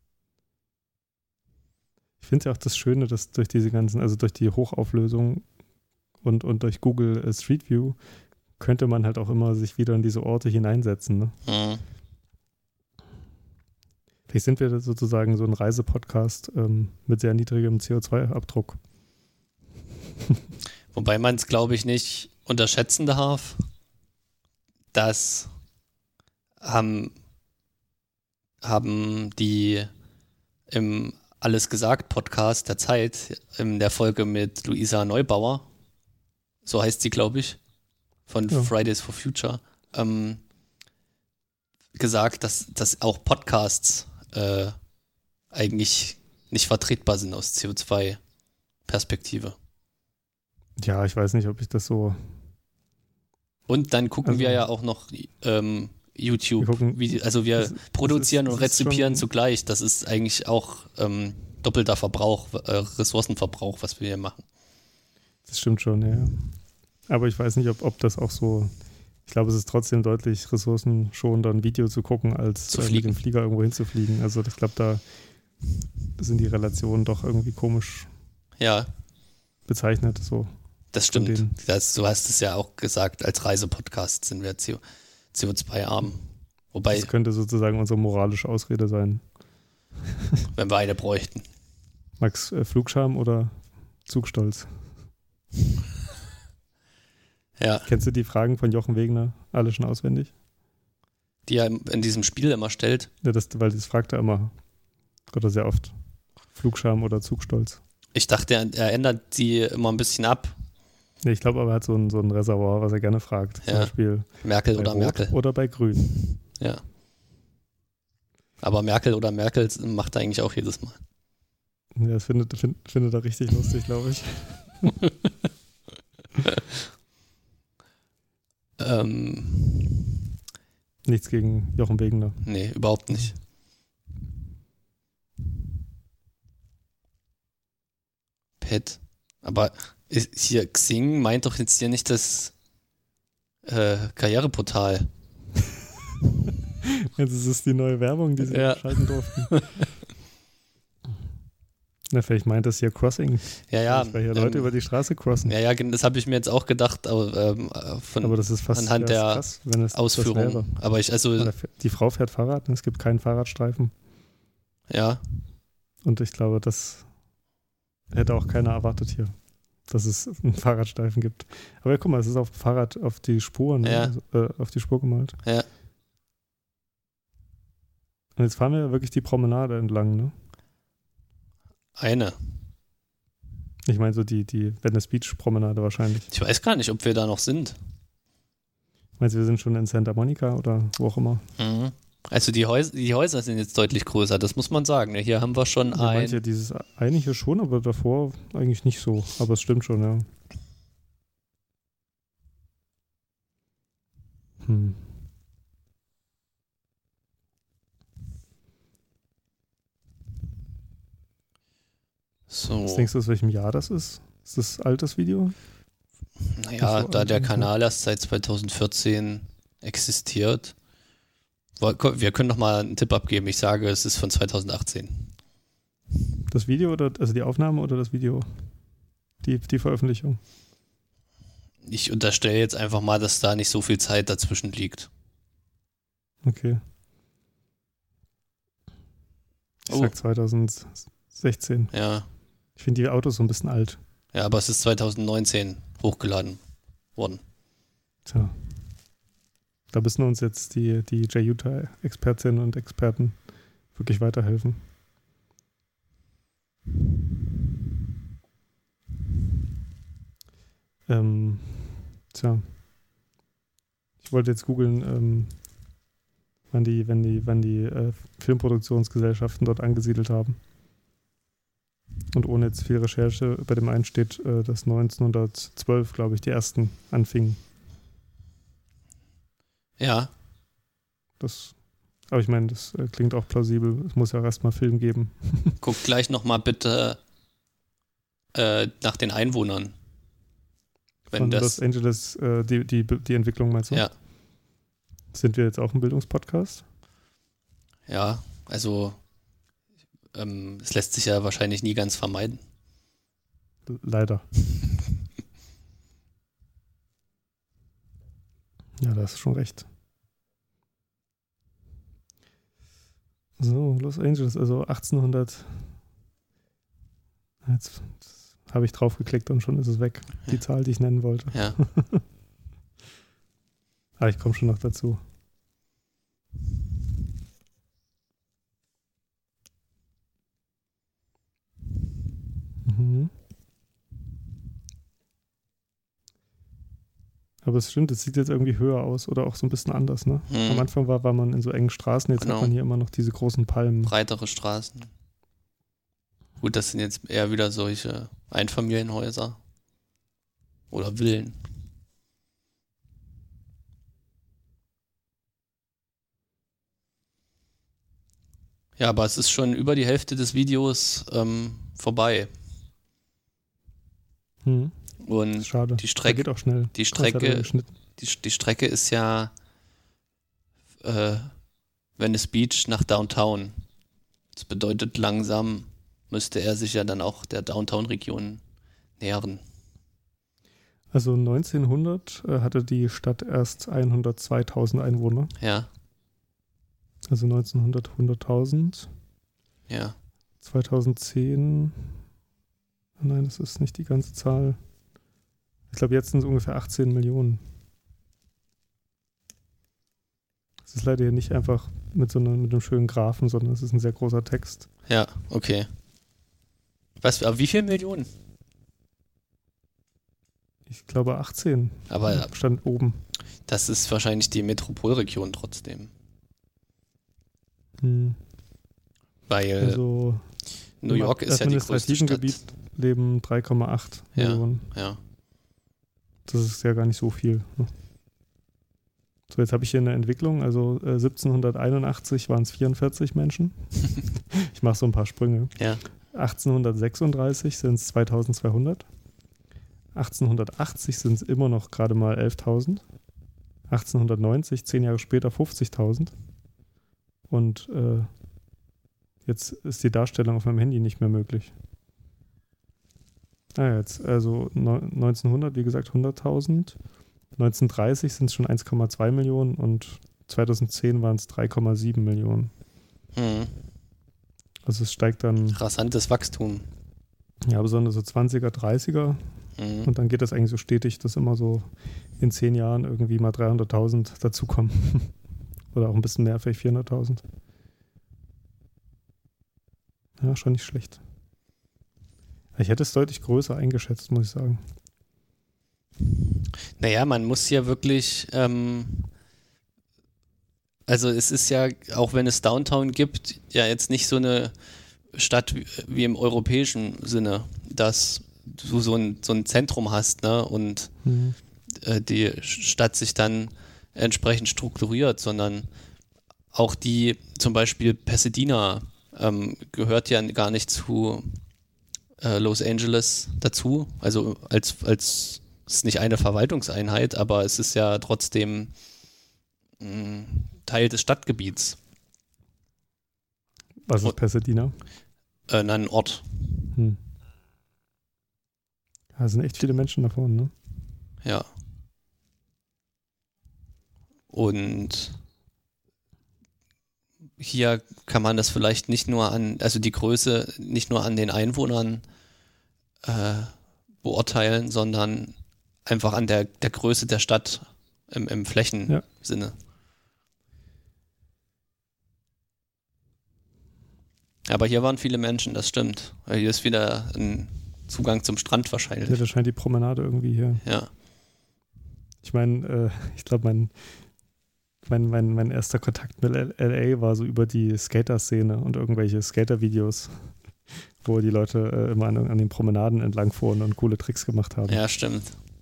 Ich finde ja auch das Schöne, dass durch diese ganzen, also durch die Hochauflösung und, und durch Google äh, Street View könnte man halt auch immer sich wieder in diese Orte hineinsetzen. Ne? Mhm. Vielleicht sind wir sozusagen so ein Reisepodcast ähm, mit sehr niedrigem C O zwei Abdruck. Wobei man es, glaube ich, nicht unterschätzen darf, dass haben, haben die im Alles gesagt Podcast der Zeit in der Folge mit Luisa Neubauer, so heißt sie, glaube ich, von Ja. Fridays for Future, ähm, gesagt, dass, dass auch Podcasts äh, eigentlich nicht vertretbar sind aus C O zwei Perspektive. Ja, ich weiß nicht, ob ich das so. Und dann gucken Also- wir ja auch noch ähm, YouTube, Wir gucken- wie, also wir das- das produzieren ist- und das ist rezipieren schon- zugleich. Das ist eigentlich auch ähm, doppelter Verbrauch, äh, Ressourcenverbrauch, was wir hier machen. Das stimmt schon, ja. Aber ich weiß nicht, ob, ob das auch so. Ich glaube, es ist trotzdem deutlich ressourcenschonender, ein Video zu gucken, als Zu äh, mit fliegen. dem Flieger irgendwo hinzufliegen. Also ich glaube, da sind die Relationen doch irgendwie komisch Ja, bezeichnet. So. das Von stimmt. denen. Das, du hast es ja auch gesagt, als Reisepodcast sind wir C O zwei arm. Wobei, Das könnte sozusagen unsere moralische Ausrede sein. wenn wir eine bräuchten. Max, äh, Flugscham oder Zugstolz? Ja, Kennst du die Fragen von Jochen Wegner alle schon auswendig? die er in diesem Spiel immer stellt. Ja, das, weil das fragt er immer. Oder sehr oft. Flugscham oder Zugstolz. Ich dachte, er, er ändert die immer ein bisschen ab. Nee, ich glaube aber, er hat so ein, so ein Reservoir, was er gerne fragt. Zum Ja. Beispiel Merkel bei oder Rot Merkel. oder bei Grün. Ja. Aber Merkel oder Merkel macht er eigentlich auch jedes Mal. Ja, das findet, find, findet er richtig lustig, glaube ich. Ähm, Nichts gegen Jochen Wegner. nee, überhaupt nicht. Pet. Aber ist hier Xing meint doch jetzt hier nicht das äh, Karriereportal. Jetzt ist es die neue Werbung, die sie Ja. schalten durften. Na, vielleicht meint das hier Crossing. Ja, ja. Weil hier Leute ähm, über die Straße crossen. ja, ja, gen- das habe ich mir jetzt auch gedacht, aber, ähm, äh, von Aber das ist fast anhand ja, der krass, wenn es das wäre. Ausführung. Aber ich, also, Oder fährt- Die Frau fährt Fahrrad und es gibt keinen Fahrradstreifen. ja, Und ich glaube, das hätte auch keiner erwartet hier, dass es einen Fahrradstreifen gibt. Aber ja, guck mal, es ist auf dem Fahrrad auf die Spur, ne? Ja. also, äh, auf die Spur gemalt. ja. Und jetzt fahren wir wirklich die Promenade entlang, ne? Eine. Ich meine so die, die Venice Beach Promenade wahrscheinlich. Ich weiß gar nicht, ob wir da noch sind. Meinst du, wir sind schon in Santa Monica oder wo auch immer? Mhm. Also die Häuser, die Häuser sind jetzt deutlich größer, das muss man sagen. Ja, hier haben wir schon Ja, ein. manche dieses eine hier schon, aber davor eigentlich nicht so. Aber es stimmt schon, ja. Hm. So. Was denkst du, aus welchem Jahr das ist? Ist das altes Video? Naja, so da der alt, Kanal erst seit zwanzig vierzehn existiert. Wir können noch mal einen Tipp abgeben. Ich sage, es ist von zwanzig achtzehn. Das Video oder also die Aufnahme oder das Video? Die, die Veröffentlichung? Ich unterstelle jetzt einfach mal, dass da nicht so viel Zeit dazwischen liegt. Okay. Ich Oh. sag zwanzig sechzehn. Ja. Ich finde die Autos so ein bisschen alt. Ja, aber es ist zwanzig neunzehn hochgeladen worden. Tja. Da müssen uns jetzt die, die J-Utah-Expertinnen und Experten wirklich weiterhelfen. Ähm, tja. Ich wollte jetzt googeln, ähm, wann die, wenn die, wann die äh, Filmproduktionsgesellschaften dort angesiedelt haben. Und ohne jetzt viel Recherche, bei dem einen steht, äh, dass neunzehnhundertzwölf, glaube ich, die ersten anfingen. Ja. Das, aber ich meine, das äh, klingt auch plausibel. Es muss ja auch erstmal Film geben. Guck gleich nochmal bitte äh, nach den Einwohnern. Wenn Von das, Los Angeles, äh, die, die, die Entwicklung meinst du? Ja. Sind wir jetzt auch ein Bildungspodcast? Ja, also ähm, es lässt sich ja wahrscheinlich nie ganz vermeiden. L- Leider. Ja, da hast du schon recht. So, Los Angeles, also achtzehnhundert. Jetzt habe ich drauf geklickt und schon ist es weg. Die Ja. Zahl, die ich nennen wollte. Ja. Ah, ich komme schon noch dazu. Mhm. Aber es stimmt, es sieht jetzt irgendwie höher aus oder auch so ein bisschen anders, ne? Hm. Am Anfang war, war man in so engen Straßen, jetzt Genau. hat man hier immer noch diese großen Palmen. Breitere Straßen. Gut, das sind jetzt eher wieder solche Einfamilienhäuser oder Villen. Ja, aber es ist schon über die Hälfte des Videos ähm, vorbei. Hm. Das Und ist schade. die Der Strecke, geht auch schnell. die Das hat er Strecke, geschnitten. die, die Strecke ist ja äh, Venice Beach nach Downtown. Das bedeutet, langsam müsste er sich ja dann auch der Downtown-Region nähern. Also neunzehnhundert äh, hatte die Stadt erst hundertzweitausend Einwohner. Ja, Also neunzehnhundert hunderttausend. ja. zweitausendzehn. Nein, das ist nicht die ganze Zahl. Ich glaube, jetzt sind es ungefähr achtzehn Millionen. Es ist leider hier nicht einfach mit so einer, mit einem schönen Graphen, sondern es ist ein sehr großer Text. Ja, okay. Was, aber wie viele Millionen? Ich glaube achtzehn. Aber Stand oben. das ist wahrscheinlich die Metropolregion trotzdem. Hm. Weil Also New York im ist ja die größte administrativen Stadt. Gebiet leben drei Komma acht Ja. Millionen. Ja. Das ist ja gar nicht so viel. Ne? So, jetzt habe ich hier eine Entwicklung. Also äh, siebzehnhunderteinundachtzig waren es vierundvierzig Menschen. Ich mache so ein paar Sprünge. Ja. achtzehnhundertsechsunddreißig sind es zweitausendzweihundert. achtzehnhundertachtzig sind es immer noch gerade mal elftausend. achtzehnhundertneunzig, zehn Jahre später fünfzigtausend. Und äh, jetzt ist die Darstellung auf meinem Handy nicht mehr möglich. Ah, jetzt, also neun- neunzehnhundert, wie gesagt, hunderttausend. neunzehnhundertdreißig sind es schon eins Komma zwei Millionen und zweitausendzehn waren es drei Komma sieben Millionen. Hm. Also es steigt dann, Rasantes Wachstum. ja, besonders so zwanziger, dreißiger. Hm. Und dann geht das eigentlich so stetig, dass immer so in zehn Jahren irgendwie mal dreihunderttausend dazukommen. Oder auch ein bisschen mehr, vielleicht vierhunderttausend. Ja, schon nicht schlecht. Ich hätte es deutlich größer eingeschätzt, muss ich sagen. Naja, man muss ja wirklich, ähm, also es ist ja, auch wenn es Downtown gibt, ja jetzt nicht so eine Stadt wie, wie im europäischen Sinne, dass du so ein, so ein Zentrum hast, ne, und Mhm. äh, die Stadt sich dann entsprechend strukturiert, sondern auch die, zum Beispiel Pasadena ähm, gehört ja gar nicht zu äh, Los Angeles dazu, also als, als es ist nicht eine Verwaltungseinheit, aber es ist ja trotzdem mh, Teil des Stadtgebiets. Was ist Pasadena? Äh, ein Ort. Hm. Da sind echt viele Menschen davon, ne? Ja. Und hier kann man das vielleicht nicht nur an, also die Größe nicht nur an den Einwohnern äh, beurteilen, sondern einfach an der, der Größe der Stadt im, im Flächensinne. Ja. Aber hier waren viele Menschen, das stimmt. Weil hier ist wieder ein Zugang zum Strand wahrscheinlich. Ja, das scheint die Promenade irgendwie hier. Ja. Ich meine, äh, ich glaube, mein, mein, mein, mein erster Kontakt mit L A war so über die Skater-Szene und irgendwelche Skater-Videos, wo die Leute äh, immer an, an den Promenaden entlang fuhren und coole Tricks gemacht haben. Ja, stimmt.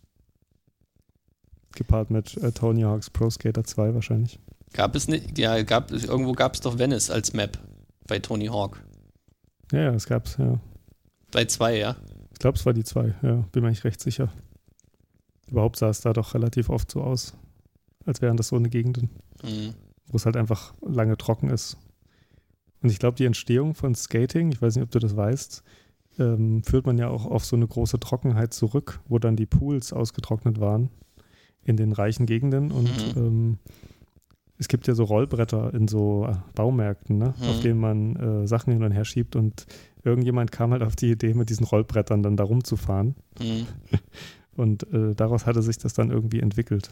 Gepaart mit äh, Tony Hawk's Pro Skater zwei wahrscheinlich. Gab es nicht, ja, gab, irgendwo gab es doch Venice als Map bei Tony Hawk. Ja, ja, das gab's, ja. Bei zwei, ja? Ich glaube, es war die zwei, ja, bin mir eigentlich recht sicher. Überhaupt sah es da doch relativ oft so aus, als wären das so eine Gegenden, mhm. wo es halt einfach lange trocken ist. Und ich glaube, die Entstehung von Skating, ich weiß nicht, ob du das weißt, ähm, führt man ja auch auf so eine große Trockenheit zurück, wo dann die Pools ausgetrocknet waren in den reichen Gegenden und mhm. ähm, es gibt ja so Rollbretter in so Baumärkten, ne? mhm. auf denen man äh, Sachen hin und her schiebt und irgendjemand kam halt auf die Idee, mit diesen Rollbrettern dann da rumzufahren. Mhm. Und äh, daraus hatte sich das dann irgendwie entwickelt.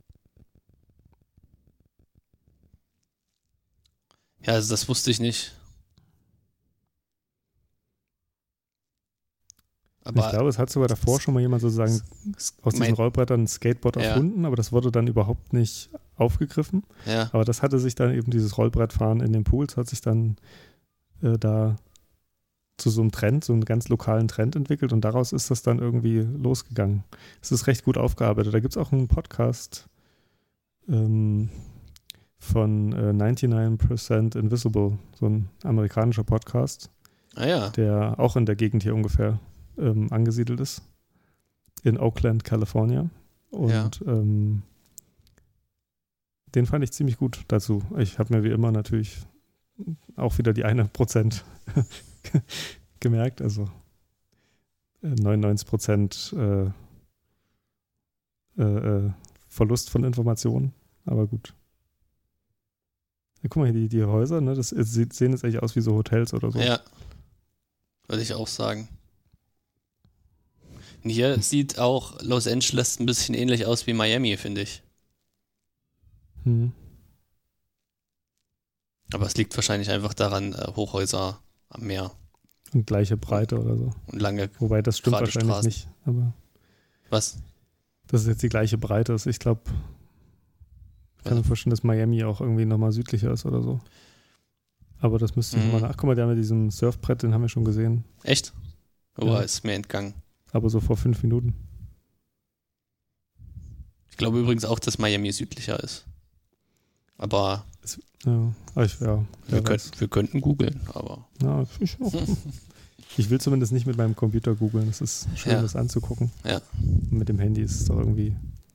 Ja, also das wusste ich nicht. Aber ich glaube, es hat sogar davor schon mal jemand sozusagen aus diesen Rollbrettern ein Skateboard ja. erfunden, aber das wurde dann überhaupt nicht aufgegriffen. Ja. Aber das hatte sich dann eben, dieses Rollbrettfahren in den Pools, hat sich dann äh, da zu so einem Trend, so einem ganz lokalen Trend entwickelt und daraus ist das dann irgendwie losgegangen. Es ist recht gut aufgearbeitet. Da gibt es auch einen Podcast ähm, von äh, neunundneunzig Prozent Invisible, so ein amerikanischer Podcast, ah, ja. der auch in der Gegend hier ungefähr ähm, angesiedelt ist, in Oakland, California. Und ja. ähm, den fand ich ziemlich gut dazu. Ich habe mir wie immer natürlich auch wieder die eine Prozent gemerkt, also neunundneunzig Prozent äh, äh, Verlust von Informationen, aber gut. Ja, guck mal hier, die, die Häuser, ne, das sieht, sehen jetzt eigentlich aus wie so Hotels oder so. Ja, würde ich auch sagen. Und hier hm. sieht auch Los Angeles ein bisschen ähnlich aus wie Miami, finde ich. Hm. Aber es liegt wahrscheinlich einfach daran, äh, Hochhäuser am Meer. Und gleiche Breite oder so. Und lange Wobei, das stimmt wahrscheinlich Straßen. nicht. Aber was? Dass es jetzt die gleiche Breite ist. Ich glaube, ich kann mir vorstellen, dass Miami auch irgendwie nochmal südlicher ist oder so. Aber das müsste ich mhm. nochmal nach. Ach, guck mal, der haben wir diesen Surfbrett, den haben wir schon gesehen. Echt? Oh, ja. Ist mir entgangen. Aber so vor fünf Minuten. Ich glaube übrigens auch, dass Miami südlicher ist. Aber es, ja, ich, ja, wir, könnt, wir könnten googeln, aber. Ja, ich, auch. Ich will zumindest nicht mit meinem Computer googeln. Das ist schön, ja. das anzugucken. Ja. Und mit dem Handy ist es doch irgendwie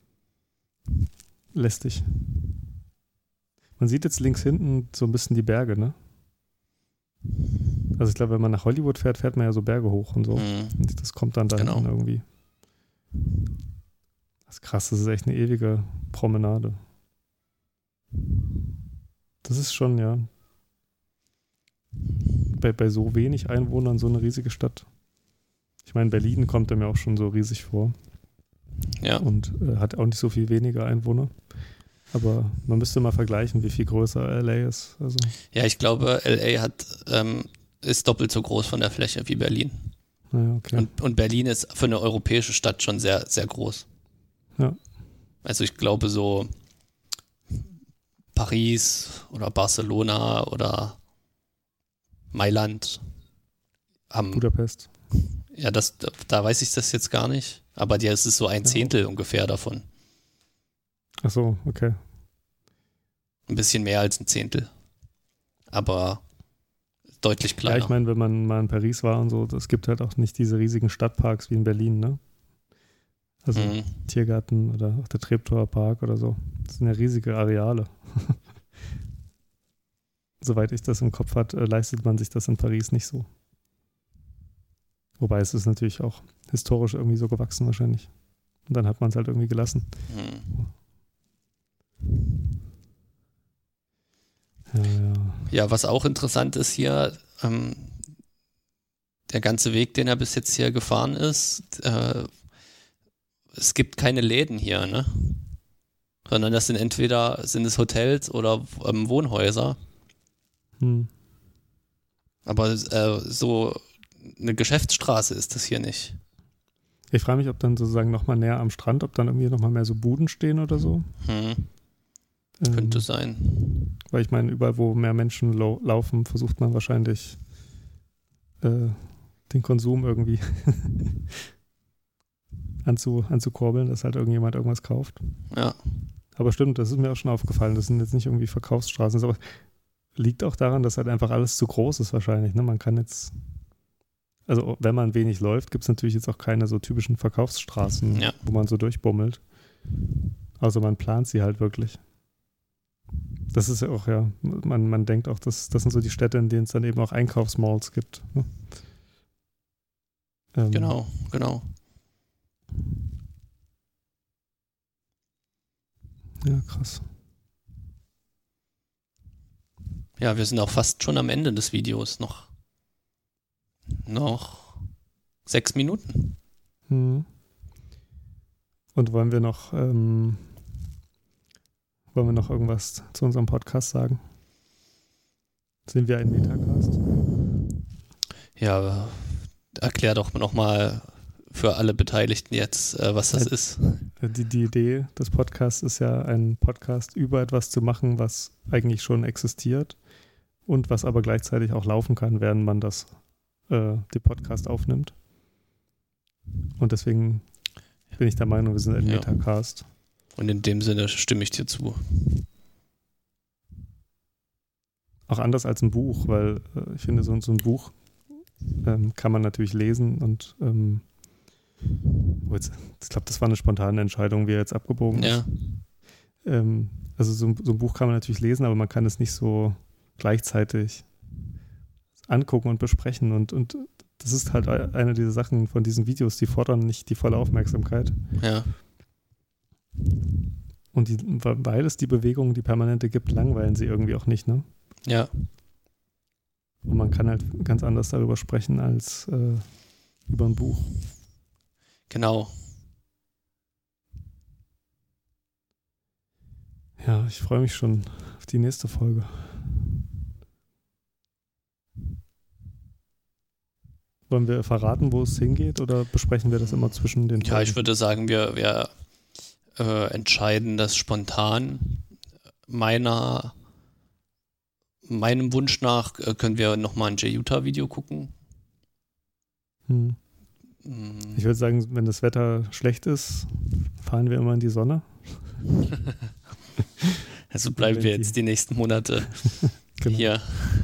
lästig. Man sieht jetzt links hinten so ein bisschen die Berge, ne? Also ich glaube, wenn man nach Hollywood fährt, fährt man ja so Berge hoch und so. Mhm. Und das kommt dann da genau. hinten irgendwie. Das ist krass, das ist echt eine ewige Promenade. Das ist schon, ja, bei, bei so wenig Einwohnern so eine riesige Stadt. Ich meine, Berlin kommt mir auch schon so riesig vor. Ja. Und äh, hat auch nicht so viel weniger Einwohner. Aber man müsste mal vergleichen, wie viel größer L A ist. Also. Ja, ich glaube, L A hat, ähm, ist doppelt so groß von der Fläche wie Berlin. Ja, okay. Und, und Berlin ist für eine europäische Stadt schon sehr, sehr groß. Ja. Also ich glaube so Paris oder Barcelona oder Mailand haben. Budapest. Ja, das, da weiß ich das jetzt gar nicht. Aber ja, es ist so ein Zehntel ja. ungefähr davon. Ach so, okay. Ein bisschen mehr als ein Zehntel. Aber deutlich kleiner. Ja, ich meine, wenn man mal in Paris war und so, es gibt halt auch nicht diese riesigen Stadtparks wie in Berlin, ne? Also Mhm. Tiergarten oder auch der Treptower Park oder so. Das sind ja riesige Areale. Soweit ich das im Kopf habe, leistet man sich das in Paris nicht so. Wobei es ist natürlich auch historisch irgendwie so gewachsen wahrscheinlich. Und dann hat man es halt irgendwie gelassen. Mhm. Ja, ja. Ja, was auch interessant ist hier, ähm, der ganze Weg, den er bis jetzt hier gefahren ist, äh, es gibt keine Läden hier, ne? Sondern das sind entweder sind es Hotels oder ähm, Wohnhäuser. Hm. Aber äh, so eine Geschäftsstraße ist das hier nicht. Ich frage mich, ob dann sozusagen nochmal näher am Strand, ob dann irgendwie nochmal mehr so Buden stehen oder so. Hm, Ähm, könnte sein. Weil ich meine, überall, wo mehr Menschen lau- laufen, versucht man wahrscheinlich äh, den Konsum irgendwie anzu, anzukurbeln, dass halt irgendjemand irgendwas kauft. Ja, Aber stimmt, das ist mir auch schon aufgefallen. Das sind jetzt nicht irgendwie Verkaufsstraßen. Aber liegt auch daran, dass halt einfach alles zu groß ist wahrscheinlich. Ne? Man kann jetzt, also wenn man wenig läuft, gibt es natürlich jetzt auch keine so typischen Verkaufsstraßen, Ja. wo man so durchbummelt. Also man plant sie halt wirklich. Das ist ja auch, ja, man, man denkt auch, dass das sind so die Städte, in denen es dann eben auch Einkaufsmalls gibt. Ne? Ähm, genau, genau. Ja, krass. Ja, wir sind auch fast schon am Ende des Videos. Noch, noch sechs Minuten. Hm. Und wollen wir noch, ähm, wollen wir noch irgendwas zu unserem Podcast sagen? Sind wir ein Metacast? Ja, erklär doch nochmal für alle Beteiligten jetzt, äh, was das Ja. ist. Die, die Idee des Podcasts ist ja, einen Podcast über etwas zu machen, was eigentlich schon existiert und was aber gleichzeitig auch laufen kann, während man das, äh, den Podcast aufnimmt. Und deswegen bin ich der Meinung, wir sind ein Ja. Metacast. Und in dem Sinne stimme ich dir zu. Auch anders als ein Buch, weil äh, ich finde, so, so ein Buch ähm, kann man natürlich lesen und ähm, oh, jetzt, ich glaube, das war eine spontane Entscheidung, wie er jetzt abgebogen ist. Ja, Ähm, also so, ein- so ein Buch kann man natürlich lesen, aber man kann es nicht so gleichzeitig angucken und besprechen. Und, und das ist halt e- eine dieser Sachen von diesen Videos, die fordern nicht die volle Aufmerksamkeit. ja, Und die, weil es die Bewegung, die permanente gibt, langweilen sie irgendwie auch nicht, ne? ja, Und man kann halt ganz anders darüber sprechen als äh, über ein Buch. genau. Ja, ich freue mich schon auf die nächste Folge. Wollen wir verraten, wo es hingeht, oder besprechen wir das immer zwischen den Ja, ich Folgen? würde sagen, wir, wir äh, entscheiden das spontan. Meiner, meinem Wunsch nach äh, können wir nochmal ein J-Utah-Video gucken. Hm. Mm, Ich würde sagen, wenn das Wetter schlecht ist, fahren wir immer in die Sonne. Also bleiben wenn wir die- jetzt die nächsten Monate Genau. hier.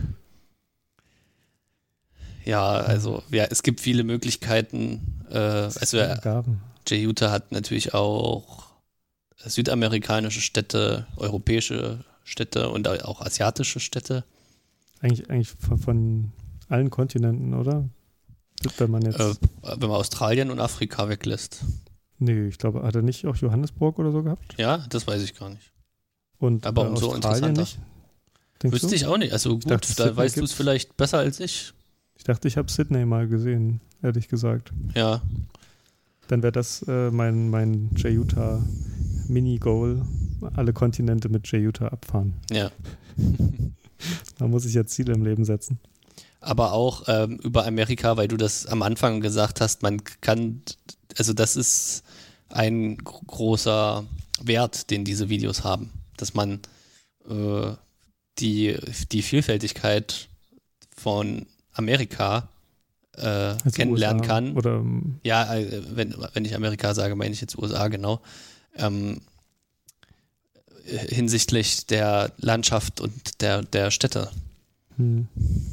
Ja, also ja, es gibt viele Möglichkeiten. Äh, also äh, Gaben. J-Utah hat natürlich auch südamerikanische Städte, europäische Städte und auch asiatische Städte. Eigentlich, eigentlich von, von allen Kontinenten, oder? Wenn man jetzt. Äh, wenn man Australien und Afrika weglässt. Nee, ich glaube, hat er nicht auch Johannesburg oder so gehabt? Ja, das weiß ich gar nicht. Und Aber äh, umso Australien interessanter. nicht? Denkst Wüsste du? ich auch nicht. Also gut, dachte, da Sydney weißt du es gibt's. vielleicht besser als ich. Ich dachte, ich habe Sydney mal gesehen, ehrlich gesagt. Ja, Dann wäre das äh, mein, mein J-Utah Mini-Goal. Alle Kontinente mit J-Utah abfahren. ja. Da muss ich ja Ziele im Leben setzen. Aber auch ähm, über Amerika, weil du das am Anfang gesagt hast, man kann, also das ist ein gro- großer Wert, den diese Videos haben, dass man äh, die, die Vielfältigkeit von Amerika äh, Also kennenlernen U S A kann. Oder ähm, Ja, äh, wenn, wenn ich Amerika sage, meine ich jetzt U S A, genau. Ähm, hinsichtlich der Landschaft und der, der Städte. Hm.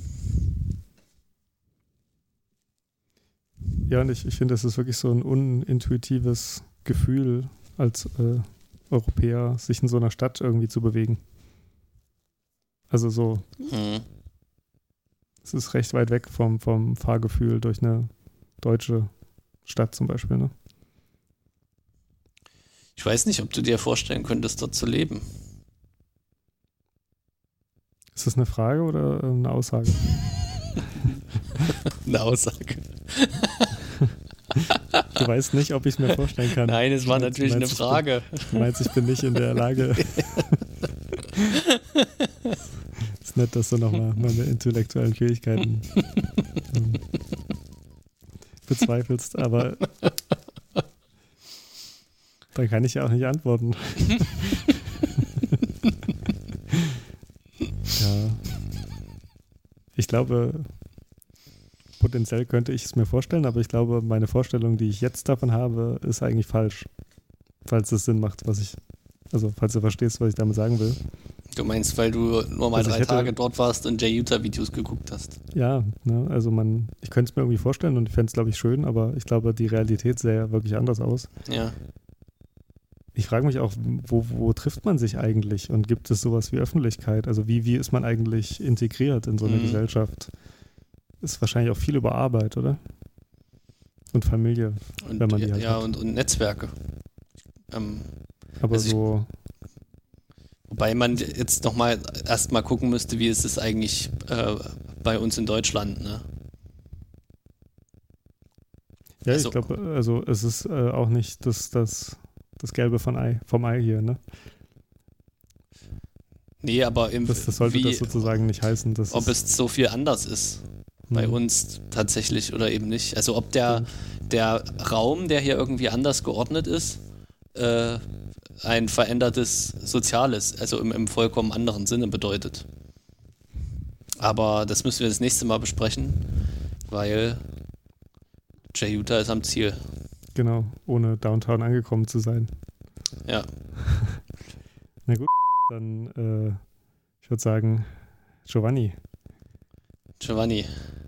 Ja, und ich, ich finde, das ist wirklich so ein unintuitives Gefühl als äh, Europäer, sich in so einer Stadt irgendwie zu bewegen. Also so, Mhm. es ist recht weit weg vom, vom Fahrgefühl durch eine deutsche Stadt zum Beispiel, ne? Ich weiß nicht, ob du dir vorstellen könntest, dort zu leben. Ist das eine Frage oder eine Aussage? Eine Aussage. Du weißt nicht, ob ich es mir vorstellen kann. Nein, es war Du natürlich eine meinst, Frage. Ich bin, du meinst, ich bin nicht in der Lage. Ist nett, dass du nochmal meine intellektuellen Fähigkeiten ähm, bezweifelst, aber dann kann ich ja auch nicht antworten. Ja. Ich glaube, potenziell könnte ich es mir vorstellen, aber ich glaube, meine Vorstellung, die ich jetzt davon habe, ist eigentlich falsch. Falls es Sinn macht, was ich, also falls du verstehst, was ich damit sagen will. Du meinst, weil du nur mal Also ich drei hätte- Tage dort warst und Jay Utah-Videos geguckt hast. Ja, ne, also man, ich könnte es mir irgendwie vorstellen und ich fände es, glaube ich, schön, aber ich glaube, die Realität sähe ja wirklich anders aus. Ja. Ich frage mich auch, wo, wo trifft man sich eigentlich und gibt es sowas wie Öffentlichkeit? Also wie, wie ist man eigentlich integriert in so eine Mhm. Gesellschaft? Ist wahrscheinlich auch viel über Arbeit, oder? Und Familie, Und, wenn man die ja, halt ja hat. und, und Netzwerke. Ähm, Aber also ich- so, wobei man jetzt nochmal erstmal gucken müsste, wie ist es eigentlich äh, bei uns in Deutschland, ne? ja, also- ich glaube, also es ist äh, auch nicht das, das, das Gelbe von Ei, vom Ei hier, ne? Nee, aber im, Das, das sollte wie, das sozusagen nicht heißen. Dass ob es so viel anders ist bei Hm. uns tatsächlich oder eben nicht. Also ob der, der Raum, der hier irgendwie anders geordnet ist, äh, ein verändertes Soziales, also im, im vollkommen anderen Sinne bedeutet. Aber das müssen wir das nächste Mal besprechen, weil Jay Utah ist am Ziel. Genau, ohne Downtown angekommen zu sein. Ja, Na gut, dann, äh, ich würde sagen, Giovanni. Giovanni.